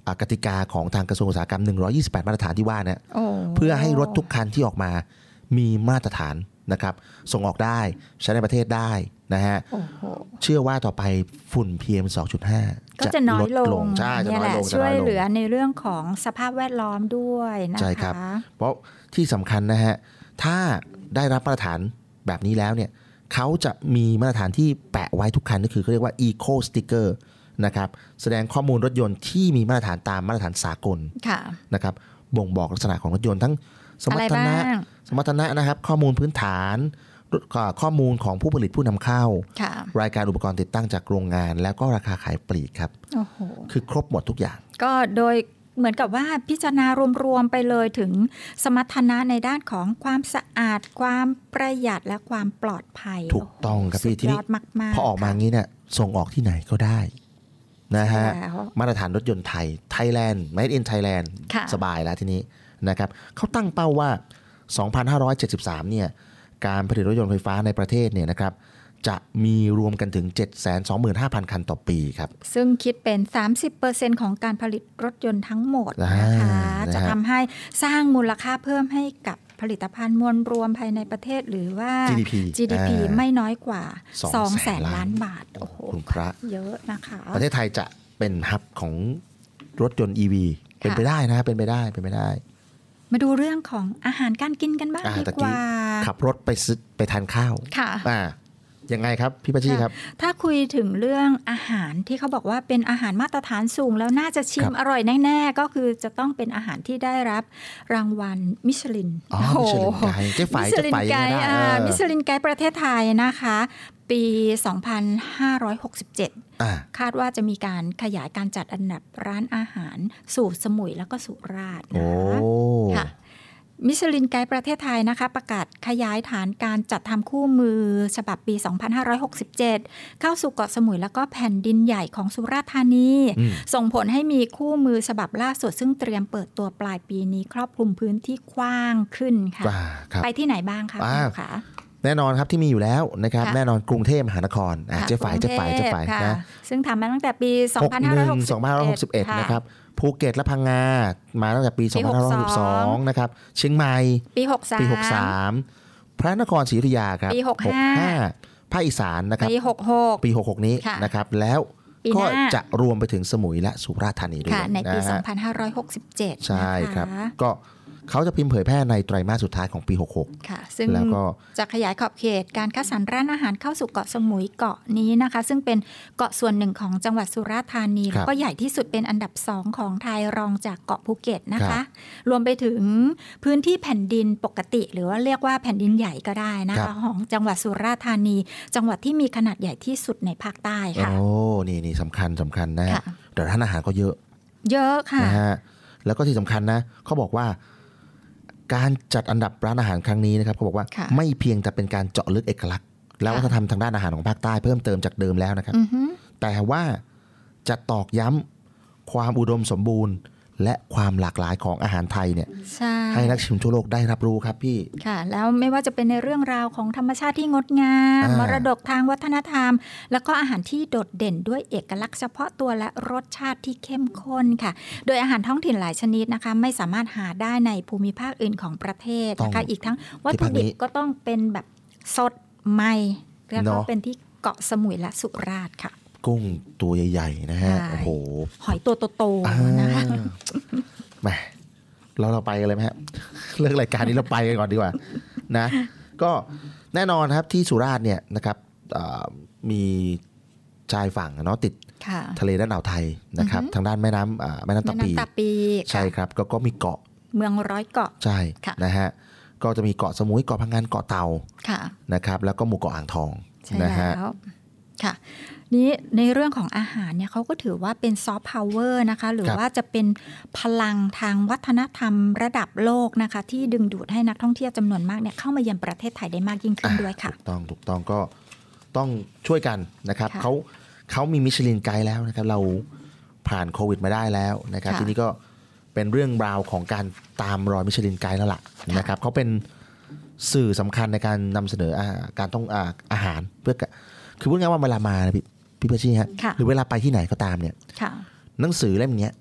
[SPEAKER 1] กติกาของทางกระทรวงอุตสาหกรรมหนึ่งร้อยยี่สิบแปดมาตรฐานที่ว่าเนี่ยเพื่อให้รถทุกคันที่ออกมามีมาตรฐานนะครับส่งออกได้ใช้ในประเทศได้นะฮะเชื่อว่าต่อไปฝุ่น พี เอ็ม สองจุดห้า
[SPEAKER 3] ก็จะน้อยลง
[SPEAKER 1] ใช่จะน้อยลง
[SPEAKER 3] ช่วยเหลือในเรื่องของสภาพแวดล้อมด้วยนะคะใช่ครับ
[SPEAKER 1] เพราะที่สำคัญนะฮะถ้าได้รับมาตรฐานแบบนี้แล้วเนี่ยเขาจะมีมาตรฐานที่แปะไว้ทุกคันก็คือเขาเรียกว่า Eco Sticker นะครับแสดงข้อมูลรถยนต์ที่มีมาตรฐานตามมาตรฐานสากลนะครับบ่งบอกลักษณะของรถยนต์ทั้งสมรรถนะสมรรถนะนะครับข้อมูลพื้นฐานข้อมูลของผู้ผลิตผู้นำเข้ารายการอุปกรณ์ติดตั้งจากโรงงานแล้วก็ราคาขายปลีกครับคือครบหมดทุกอย่าง
[SPEAKER 3] ก็โดยเหมือนกับว่าพิจารณารวมๆไปเลยถึงสมรรถนะในด้านของความสะอาดความประหยัดและความปลอดภัย
[SPEAKER 1] ถูกต้องครับพี่ทีนี้พอออกมางี้เนี่ยส่งออกที่ไหนก็ได้นะฮะมาตรฐานรถยนต์ไทย Thailand Made in Thailand สบายแล้วทีนี้นะครับเขาตั้งเป้าว่าสองพันห้าร้อยเจ็ดสิบสามเนี่ยการผลิตรถยนต์ไฟฟ้าในประเทศเนี่ยนะครับจะมีรวมกันถึง เจ็ดแสนสองหมื่นห้าพัน คันต่อปีครับ
[SPEAKER 3] ซึ่งคิดเป็น สามสิบเปอร์เซ็นต์ ของการผลิตรถยนต์ทั้งหมดนะคะจะทำให้สร้างมูลค่าเพิ่มให้กับผลิตภัณฑ์มวลรวมภายในประเทศหรือว่า
[SPEAKER 1] จี ดี พี
[SPEAKER 3] จี ดี พี ไม่น้อยกว่าสองแสนล้านบาทโอ้โห
[SPEAKER 1] คุณพระ
[SPEAKER 3] เยอะนะคะ
[SPEAKER 1] ประเทศไทยจะเป็นฮับของรถยนต์ อี วี เป็นไปได้นะเป็นไปได้เป็นไปได้
[SPEAKER 3] มาดูเรื่องของอาหารการกินกันบ้างดีกว่า
[SPEAKER 1] ขับรถไปซื้อไปทานข้าว
[SPEAKER 3] ค่ะ
[SPEAKER 1] อ่ายังไงครับพี่ปชีครับ
[SPEAKER 3] ถ้าคุยถึงเรื่องอาหารที่เขาบอกว่าเป็นอาหารมาตรฐานสูงแล้วน่าจะชิมอร่อยแน่ๆก็คือจะต้องเป็นอาหารที่ได้รับรางวัลมิชลิน
[SPEAKER 1] อ๋อมิชลินไกด์เจ๊ไฝเจ๊ไฝยังไงได้
[SPEAKER 3] มิชลินไกด์ประเทศไทยนะคะปีสองพันห้าร้อยหกสิบเจ็ดคาดว่าจะมีการขยายการจัดอันดับร้านอาหารสู่สมุยแล้วก็สุราษฎร์นะคะค่ะมิชลินไกด์ประเทศไทยนะคะประกาศขยายฐานการจัดทำคู่มือฉบับปีสองพันห้าร้อยหกสิบเจ็ดเข้าสู่เกาะสมุยแล้วก็แผ่นดินใหญ่ของสุราษฎร์ธานีส่งผลให้มีคู่มือฉบับล่าสุดซึ่งเตรียมเปิดตัวปลายปีนี้ครอบคลุมพื้นที่กว้างขึ้นค่ะไปที่ไหนบ้างคะคุณคะ
[SPEAKER 1] แน่นอนครับที่มีอยู่แล้วนะครับแน่นอนกรุงเทพมหานครเจ๊ฝ่ายเจ๊ฝ่ายเจ๊ฝ่ายนะ
[SPEAKER 3] ซึ่งทำมาตั้งแต่ปีสองพันห้าร้อยห
[SPEAKER 1] กสิบเอ็ดนะครับภูเก็ตและพังงามาตั้งแต่ปีสองพันห้าร้อยหกสิบสองนะครับเชียงใหม่
[SPEAKER 3] ปีหกสิบสาม
[SPEAKER 1] ปีหกสิบสามพระนครศรีอยุธยาครับ
[SPEAKER 3] ปีหกสิบห้า
[SPEAKER 1] ภาคอีสานนะครับ
[SPEAKER 3] ปีหกสิบหก
[SPEAKER 1] ปีหกสิบหกนี้นะครับแล้วก็จะรวมไปถึงสมุยและสุราษฎร์ธานีด้วย
[SPEAKER 3] ในปีสองพันห้าร้อยหกสิบเจ็ด
[SPEAKER 1] ใช่ครับก็เขาจะพิมพ์เผยแพร่ในไตรมาสสุดท้ายของปีหกสิบหก
[SPEAKER 3] ค่ะซึ่งจะขยายขอบเขตการคัดสรรร้านอาหารเข้าสู่เกาะสมุยเกาะนี้นะคะซึ่งเป็นเกาะส่วนหนึ่งของจังหวัดสุราษฎร์ธานีแล้วก็ใหญ่ที่สุดเป็นอันดับสองของไทยรองจากเกาะภูเก็ตนะคะรวมไปถึงพื้นที่แผ่นดินปกติหรือว่าเรียกว่าแผ่นดินใหญ่ก็ได้นะคะของจังหวัดสุราษฎร์ธานีจังหวัดที่มีขนาดใหญ่ที่สุดในภาคใต้ค่ะ
[SPEAKER 1] โอ้นี่นี่สำคัญสำคัญนะแต่ร้านอาหารก็เยอะ
[SPEAKER 3] เยอะค่ะ
[SPEAKER 1] นะฮะแล้วก็ที่สำคัญนะเขาบอกว่าการจัดอันดับร้านอาหารครั้งนี้นะครับเขาบอกว่าไม่เพียงแต่เป็นการเจาะลึกเอกลักษณ์และวัฒนธรรมทางด้านอาหารของภาคใต้เพิ่มเติมจากเดิมแล้วนะครับแต่ว่าจะตอกย้ำความอุดมสมบูรณ์และความหลากหลายของอาหารไทยเนี่ย ใ, ให้นักชิมทั่วโลกได้รับรู้ครับพี่
[SPEAKER 3] ค่ะแล้วไม่ว่าจะเป็นในเรื่องราวของธรรมชาติที่งดงามมรดกทางวัฒนธรรมแล้วก็อาหารที่โดดเด่นด้วยเอกลักษณ์เฉพาะตัวและรสชาติที่เข้มข้นค่ะโดยอาหารท้องถิ่นหลายชนิดนะคะไม่สามารถหาได้ในภูมิภาคอื่นของประเทศนะคะอีกทั้งวัตถุดิบก็ต้องเป็นแบบสดใหม่แล้วก็เป็นที่เกาะสมุยและสุราษฎร์ค่ะ
[SPEAKER 1] กุ้งตัวใหญ่ๆนะฮะโอ้โห
[SPEAKER 3] หอยตัวโตๆนะคะ
[SPEAKER 1] แหมเราเราไปกันเลยไหมฮะเรื่องรายการนี้เราไปกันก่อนดีกว่านะก็แน่นอนครับที่สุราษฎร์เนี่ยนะครับมีชายฝั่งเนาะติดทะเลด้านอ่าวไทยนะครับทางด้านแม่น้ำแม่น้ำตาปีใช่ครับก็ก็มีเกาะ
[SPEAKER 3] เมืองร้อยเกาะ
[SPEAKER 1] ใช่นะฮะก็จะมีเกาะสมุยเกาะพังงานเกาะเต่านะครับแล้วก็หมู่เกาะอ่างทองนะฮะ
[SPEAKER 3] ค่ะนี้ในเรื่องของอาหารเนี่ยเขาก็ถือว่าเป็นซอฟต์พาวเวอร์นะคะหรือว่าจะเป็นพลังทางวัฒนธรรมระดับโลกนะคะที่ดึงดูดให้นักท่องเที่ยวจำนวนมากเนี่ยเข้ามาเยือนประเทศไทยได้มากยิ่งขึ้นด้วยค่ะ
[SPEAKER 1] ถูกต้องถูกต้องก็ต้องช่วยกันนะครับเขาเขามีมิชลินไกด์แล้วนะครับเราผ่านโควิดมาได้แล้วนะครับทีนี้ก็เป็นเรื่องราวของการตามรอยมิชลินไกด์แล้วล่ะนะครับเขาเป็นสื่อสำคัญในการนำเสนอการต้องอาหารเพื่อคือพูดง่ายว่าเวลามาพี่พี่เพื่อชี้ฮะหรือเวลาไปที่ไหนก็ตามเนี่ยหนังสือเล่มนี้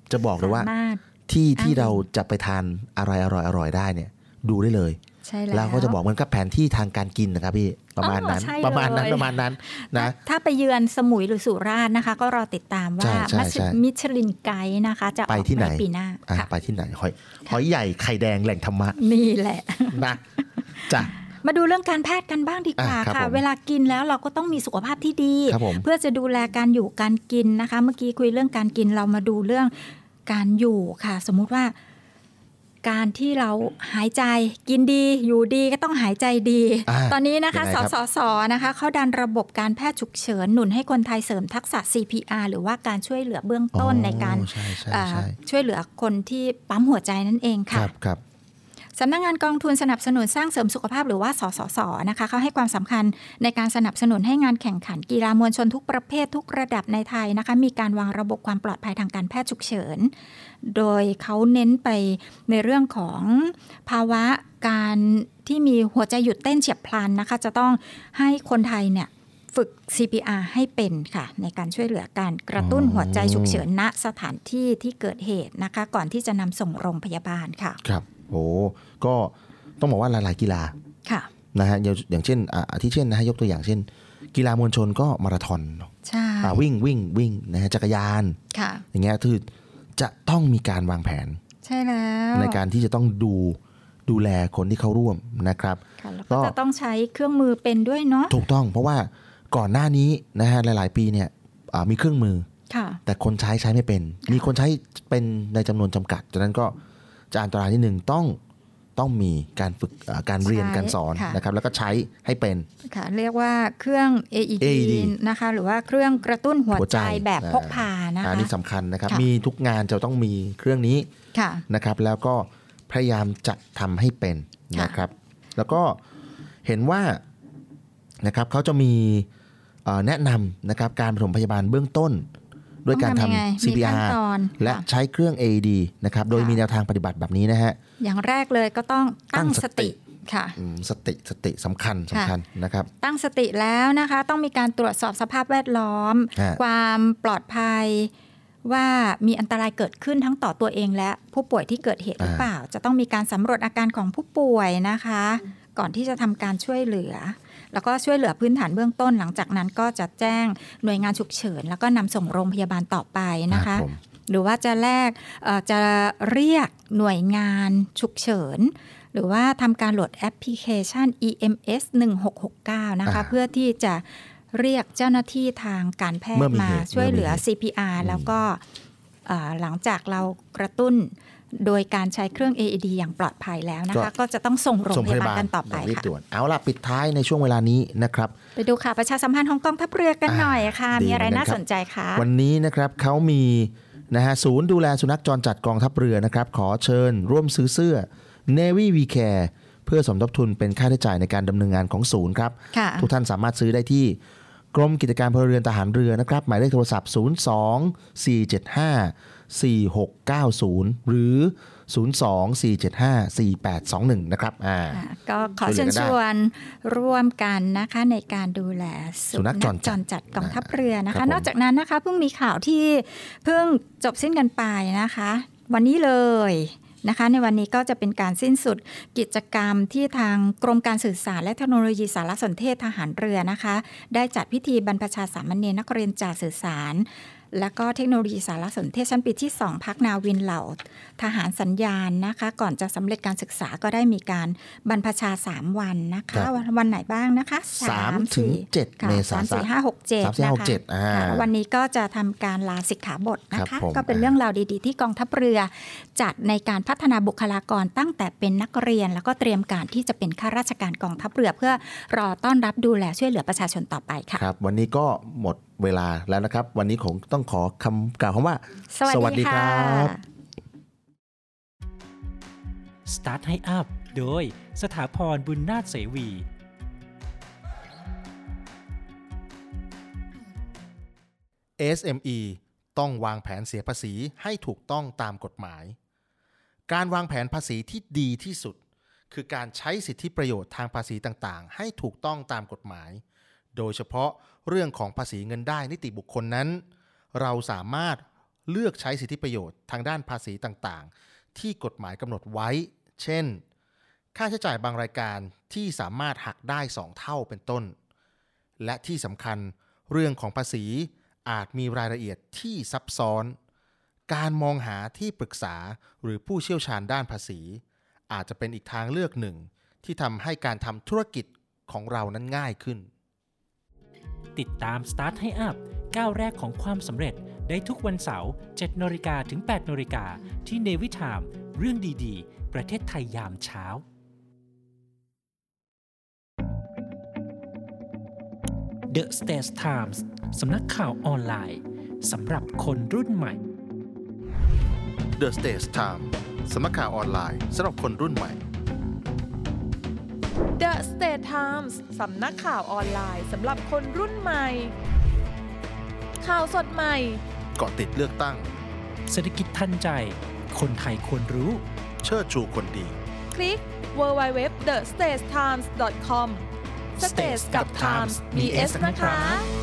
[SPEAKER 1] จะบอกเลยว่าที่ที่เราจะไปทานอะไรอร่อยๆได้เนี่ยดูได้เลยแล้วก็จะบอกมันก็แผนที่ทางการกินนะครับพี่ประมาณนั้นประมาณนั้นประมาณนั้นนะ
[SPEAKER 3] ถ้าไปเยือนสมุยหรือสุราษฎร์นะคะก็รอติดตามว่ามิชลินไกด์นะคะจะออกในปีหน้า
[SPEAKER 1] ไปที่ไหนหอยหอยใหญ่ไข่แดงแหล่งธรรมะ
[SPEAKER 3] นี่แหละ
[SPEAKER 1] นะจ้ะ
[SPEAKER 3] มาดูเรื่องการแพทย์กันบ้างดีกว่าค่ะเวลากินแล้วเราก็ต้องมีสุขภาพที่ดีเพื่อจะดูแลการอยู่การกินนะคะเมื่อกี้คุยเรื่องการกินเรามาดูเรื่องการอยู่ค่ะสมมุติว่าการที่เราหายใจกินดีอยู่ดีก็ต้องหายใจดีตอนนี้นะคะสสสนะคะเขาดันระบบการแพทย์ฉุกเฉินหนุนให้คนไทยเสริมทักษะ ซี พี อาร์ หรือว่าการช่วยเหลือเบื้องต้นในการช่วยเหลือคนที่ปั๊มหัวใจนั่นเองค่ะสำนักงานกองทุนสนับสนุนสร้างเสริมสุขภาพหรือว่าสสสนะคะเขาให้ความสำคัญในการสนับสนุนให้งานแข่งขันกีฬามวลชนทุกประเภททุกระดับในไทยนะคะมีการวางระบบความปลอดภัยทางการแพทย์ฉุกเฉินโดยเขาเน้นไปในเรื่องของภาวะการที่มีหัวใจหยุดเต้นเฉียบพลันนะคะจะต้องให้คนไทยเนี่ยฝึก ซี พี อาร์ ให้เป็นค่ะในการช่วยเหลือการกระตุ้นหัวใจฉุกเฉินณสถานที่ที่เกิดเหตุนะคะก่อนที่จะนำส่งโรงพยาบาลค่ะ
[SPEAKER 1] ครับโอ้ก็ต้องบอกว่าหลายๆกีฬา
[SPEAKER 3] ค่ะ
[SPEAKER 1] นะฮะอย่างเช่นอาทิเช่นนะฮะยกตัวอย่างเช่นกีฬามวลชนก็มาราธอน
[SPEAKER 3] ใช่
[SPEAKER 1] วิ่งวิ่งวิ่งนะฮะจักรยาน
[SPEAKER 3] ค่ะ
[SPEAKER 1] อย่างเงี้ยคือจะต้องมีการวางแผน
[SPEAKER 3] ใช่แล้ว
[SPEAKER 1] ในการที่จะต้องดูดูแลคนที่เข้าร่วมนะครับ
[SPEAKER 3] แล้วก็จะต้องใช้เครื่องมือเป็นด้วยเนาะ
[SPEAKER 1] ถูกต้องเพราะว่าก่อนหน้านี้นะฮะหลายๆปีเนี่ยมีเครื่องมือแต่คนใช้ใช้ไม่เป็นมีคนใช้เป็นในจำนวนจำกัดฉะนั้นก็จะอันตรายนิดนึงต้องต้องมีการฝึกการเรียนการสอนนะครับแล้วก็ใช้ให้เป็น
[SPEAKER 3] ค่ะเรียกว่าเครื่อง เอ อี ดี นะคะหรือว่าเครื่องกระตุ้นหัวใจแบบพกพานะคะ
[SPEAKER 1] อันนี้สำคัญนะครับมีทุกงานจะต้องมีเครื่องนี้นะครับแล้วก็พยายามจะทำให้เป็นนะครับแล้วก็เห็นว่านะครับเขาจะมีแนะนำนะครับการปฐมพยาบาลเบื้องต้นด้วยการทำ ซี พี อาร์ และใช้เครื่อง เอ อี ดี นะครับโดยมีแนวทางปฏิบัติแบบนี้นะฮะ
[SPEAKER 3] อย่างแรกเลยก็ต้องตั้งสติค่ะ
[SPEAKER 1] สติสติสำคัญสำคัญนะครับ
[SPEAKER 3] ตั้งสติแล้วนะคะต้องมีการตรวจสอบสภาพแวดล้อมความปลอดภัยว่ามีอันตรายเกิดขึ้นทั้งต่อตัวเองและผู้ป่วยที่เกิดเหตุหรือเปล่าจะต้องมีการสำรวจอาการของผู้ป่วยนะคะก่อนที่จะทำการช่วยเหลือแล้วก็ช่วยเหลือพื้นฐานเบื้องต้นหลังจากนั้นก็จะแจ้งหน่วยงานฉุกเฉินแล้วก็นำส่งโรงพยาบาลต่อไปนะคะหรือว่าจะแลกจะเรียกหน่วยงานฉุกเฉินหรือว่าทำการโหลดแอปพลิเคชัน อี เอ็ม เอส หนึ่งหกหกเก้านะคะเพื่อที่จะเรียกเจ้าหน้าที่ทางการแพทย์มาช่วยเหลือ ซี พี อาร์ แล้วก็หลังจากเรากระตุ้นโดยการใช้เครื่อง เอ อี ดี อย่างปลอดภัยแล้วนะคะก็จะต้องส่งโรงพยาบาลกันต่อไปค่ะ
[SPEAKER 1] เอาล่ะปิดท้ายในช่วงเวลานี้นะครับ
[SPEAKER 3] ไปดูค่ะประชาสัมพันธ์ของกองทัพเรือกันหน่อยค่ะมีอะไรน่าสนใจคะ
[SPEAKER 1] วันนี้นะครับเขามีนะฮะศูนย์ดูแลสุนัขจรจัดกองทัพเรือนะครับขอเชิญร่วมซื้อเสื้อ Navy We Care เพื่อสมทบทุนเป็นค่าใช้จ่ายในการดำเนินงานของศูนย์ครับทุกท่านสามารถซื้อได้ที่กรมกิจการพลเรือนทหารเรือนะครับหมายเลขโทรศัพท์ศูนย์ สอง สี่ เจ็ด ห้า สี่ หก เก้า ศูนย์หรือศูนย์ สอง สี่ เจ็ด ห้า สี่ แปด สอง หนึ่งนะครับอ่า
[SPEAKER 3] ก็ขอเชิญชวนร่วมกันนะคะในการดูแลสุนัขจรจัดกองทัพเรือนะคะนอกจากนั้นนะคะเพิ่งมีข่าวที่เพิ่งจบสิ้นกันไปนะคะวันนี้เลยนะคะในวันนี้ก็จะเป็นการสิ้นสุดกิจกรรมที่ทางกรมการสื่อสารและเทคโนโลยีสารสนเทศทหารเรือนะคะได้จัดพิธีบรรพชาสามเณรนักเรียนจ่าสื่อสารและก็เทคโนโลยีสารสนเทศชั้นปีที่สองพักนาวินเหล่าทหารสัญญาณนะคะก่อนจะสำเร็จการศึกษาก็ได้มีการบรรพชาสามวันนะคะวันไหนบ้างนะคะ
[SPEAKER 1] สามถึงเจ็ดเมษายน
[SPEAKER 3] สาม สี่ ห้า หก เจ็ดนะคะวันนี้ก็จะทำการลาสิกขาบทนะคะก็เป็นเรื่องราวดีๆที่กองทัพเรือจัดในการพัฒนาบุคลากรตั้งแต่เป็นนักเรียนแล้วก็เตรียมการที่จะเป็นข้าราชการกองทัพเรือเพื่อรอต้อนรับดูแลช่วยเหลือประชาชนต่อไปค่ะ
[SPEAKER 1] ครับวันนี้ก็หมดเวลาแล้วนะครับวันนี้คงต้องขอคำกล่าวคำว่า
[SPEAKER 3] สวัสดีครับ
[SPEAKER 10] Start ให้อัพโดยสถาพรบุญนาถเสวี
[SPEAKER 1] เอส เอ็ม อี ต้องวางแผนเสียภาษีให้ถูกต้องตามกฎหมายการวางแผนภาษีที่ดีที่สุดคือการใช้สิทธิประโยชน์ทางภาษีต่างๆให้ถูกต้องตามกฎหมายโดยเฉพาะเรื่องของภาษีเงินได้นิติบุคคลนั้นเราสามารถเลือกใช้สิทธิประโยชน์ทางด้านภาษีต่างๆที่กฎหมายกำหนดไว้เช่นค่าใช้จ่ายบางรายการที่สามารถหักได้สองเท่าเป็นต้นและที่สำคัญเรื่องของภาษีอาจมีรายละเอียดที่ซับซ้อนการมองหาที่ปรึกษาหรือผู้เชี่ยวชาญด้านภาษีอาจจะเป็นอีกทางเลือกหนึ่งที่ทำให้การทำธุรกิจของเรานั้นง่ายขึ้น
[SPEAKER 10] ติดตาม Start ให้อัพก้าวแรกของความสำเร็จได้ทุกวันเสาร์ เจ็ดนาฬิกา ถึง แปดนาฬิกา ที่ Navy Time เรื่องดีๆประเทศไทยยามเช้า The States Times สำนักข่าวออนไลน์สำหรับคนรุ่นใหม่
[SPEAKER 1] The States Times สำนักข่าวออนไลน์สำหรับคนรุ่นใหม่
[SPEAKER 11] The States Times สำนักข่าวออนไลน์สำหรับคนรุ่นใหม่ข่าวสดใหม่
[SPEAKER 1] เกาะติดเลือกตั้ง
[SPEAKER 10] เศรษฐกิจทันใจคนไทยควรรู้
[SPEAKER 1] เชิดชูคนดี
[SPEAKER 11] คลิก ดับเบิลยู ดับเบิลยู ดับเบิลยู ดอท สเตทไทมส์ ดอท คอม States กับ Times มี S นะคะ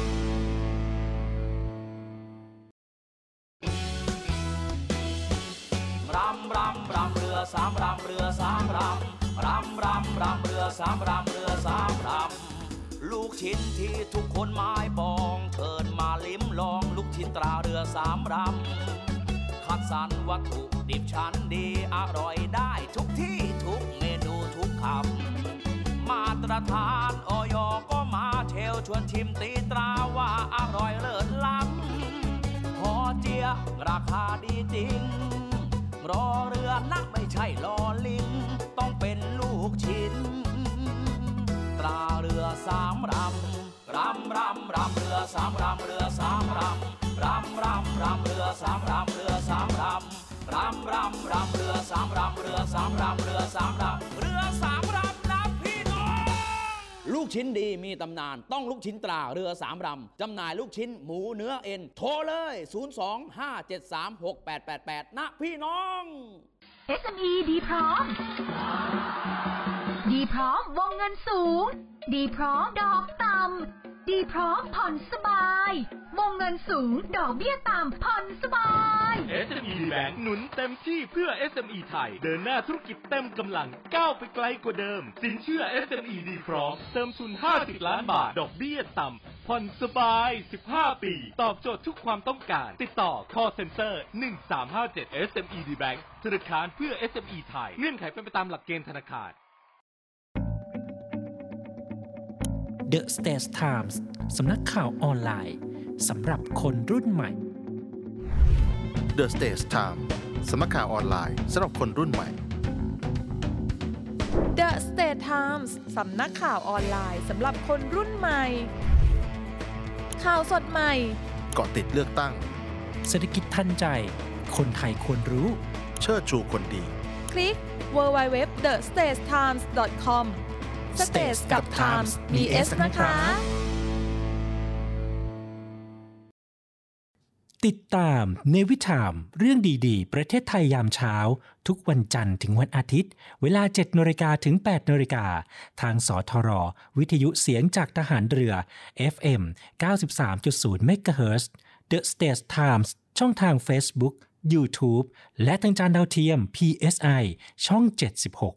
[SPEAKER 13] รำรำรำเรือสามรำเรือสามรำรำรำรำเรือสามรำเรือสามรำลูกชิ้นที่ทุกคนหมายปองเชิญมาลิ้มลองลูกชิ้นตราเรือสามรำคัดสรรวัตถุดิบชั้นดีอร่อยได้ทุกที่ทุกเมนูทุกคำมาตรฐานอย.ก็มาเชลชวนชิมตีตราว่าอร่อยเลิศล้ำหอเจี๊ยราคาดีจริงรอเรือนะไม่ใช่ลอลิงต้องเป็นลูกชิ้นตราเรือสามรำรำรำรำเรือสามรำเรือสามรำรำรำรำเรือสามรำเรือสามรำรำรำรำเรือสามรำเรือสามรำเรือสามรำเรือสามรำนะพี่น้องลูกชิ้นดีมีตำนานต้องลูกชิ้นตราเรือสามรำจำหน่ายลูกชิ้นหมูเนื้อเอ็นโทรเลยศูนย์ สอง ห้า เจ็ด สาม หก แปด แปด แปดนะพี่น้อง
[SPEAKER 8] เอส เอ็ม อี ดีพร้อมดีพร้อมวงเงินสูงดีพร้อมดอกต่ำดีพร้อมผ่อนสบายวงเงินสูงดอกเบี้ยต่ำผ่อนสบาย
[SPEAKER 9] เอส เอ็ม อี Bank หนุนเต็มที่เพื่อ เอส เอ็ม อี ไทยเดินหน้าธุรกิจเต็มกำลังก้าวไปไกลกว่าเดิมสินเชื่อ เอส เอ็ม อี ดีพร้อมเติมทุนห้าสิบล้านบาทดอกเบี้ยต่ำผ่อนสบายสิบห้าปีตอบโจทย์ทุกความต้องการติดต่อ call center หนึ่งสามห้าเจ็ด เอส เอ็ม อี Bank ธนาคารเพื่อ เอส เอ็ม อี ไทยเงื่อนไขเป็นไปตามหลักเกณฑ์ธนาคาร
[SPEAKER 10] The States Times สำนักข่าวออนไลน์สำหรับคนรุ่นใหม่
[SPEAKER 1] The States Times สำนักข่าวออนไลน์สำหรับคนรุ่นใหม่
[SPEAKER 11] The States Times สำนักข่าวออนไลน์สำหรับคนรุ่นใหม่ข่าวสดใหม่
[SPEAKER 1] เกาะติดเลือกตั้ง
[SPEAKER 10] เศรษฐกิจทันใจคนไทยควรรู้
[SPEAKER 1] เชิดชูคนดี
[SPEAKER 11] คลิก ดับเบิลยู ดับเบิลยู ดับเบิลยู ดอท สเตทไทมส์ ดอท คอม States กับ Times มี S นะคะ
[SPEAKER 10] ติดตาม Navy Time เรื่องดีๆประเทศไทยยามเช้าทุกวันจันทร์ถึงวันอาทิตย์เวลา เจ็ดนาฬิกา ถึง แปดนาฬิกา ทางสทรวิทยุเสียงจากทหารเรือ เอฟ เอ็ม เก้าสิบสามจุดศูนย์ เมกะเฮิรตซ์ The States Times ช่องทาง Facebook YouTube และทางจานดาวเทียม พี เอส ไอ ช่อง เจ็ดสิบหก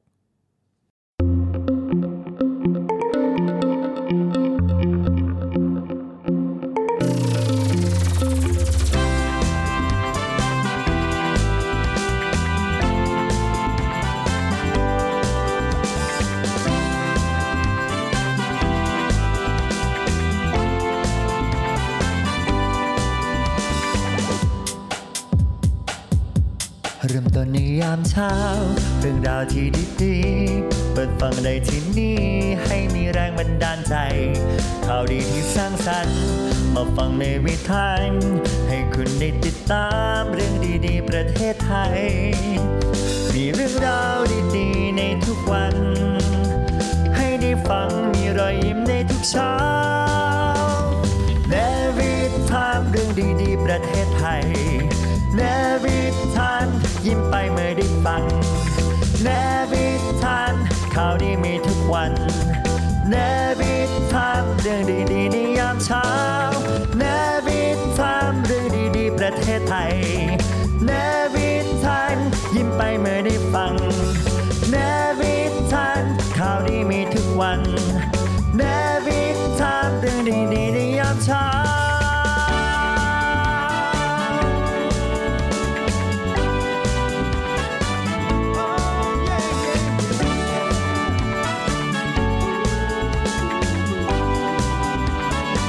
[SPEAKER 2] เริ่มต้นในยามเช้าเรื่องราวที่ดีๆเปิดฟังได้ที่นี่ให้มีแรงบันดาลใจข่าวดีที่สร้างสรรค์มาฟังในวิถีให้คุณได้ติดตามเรื่องดีๆประเทศไทยมีเรื่องราวดีๆในทุกวันให้ได้ฟังมีรอยยิ้มในทุกเช้าในวิถีเรื่องดีๆประเทศไทยในวิถียิ้มไปเมื่อได้ฟังในวิถีข่าวดีมีทุกวันในวิถีเรื่องดีๆในยามเช้าในวิถีเรื่องดีๆประประเทศไทยเนวิทานยิ้มไปเมื่อได้ฟังเนวิทานข่าวดีมีทุกวันเนวิทานเรื่องดีๆในยามเช้า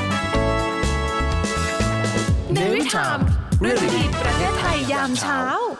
[SPEAKER 11] เนวิทามเรื่องดีๆประเทศไทยยามเช้า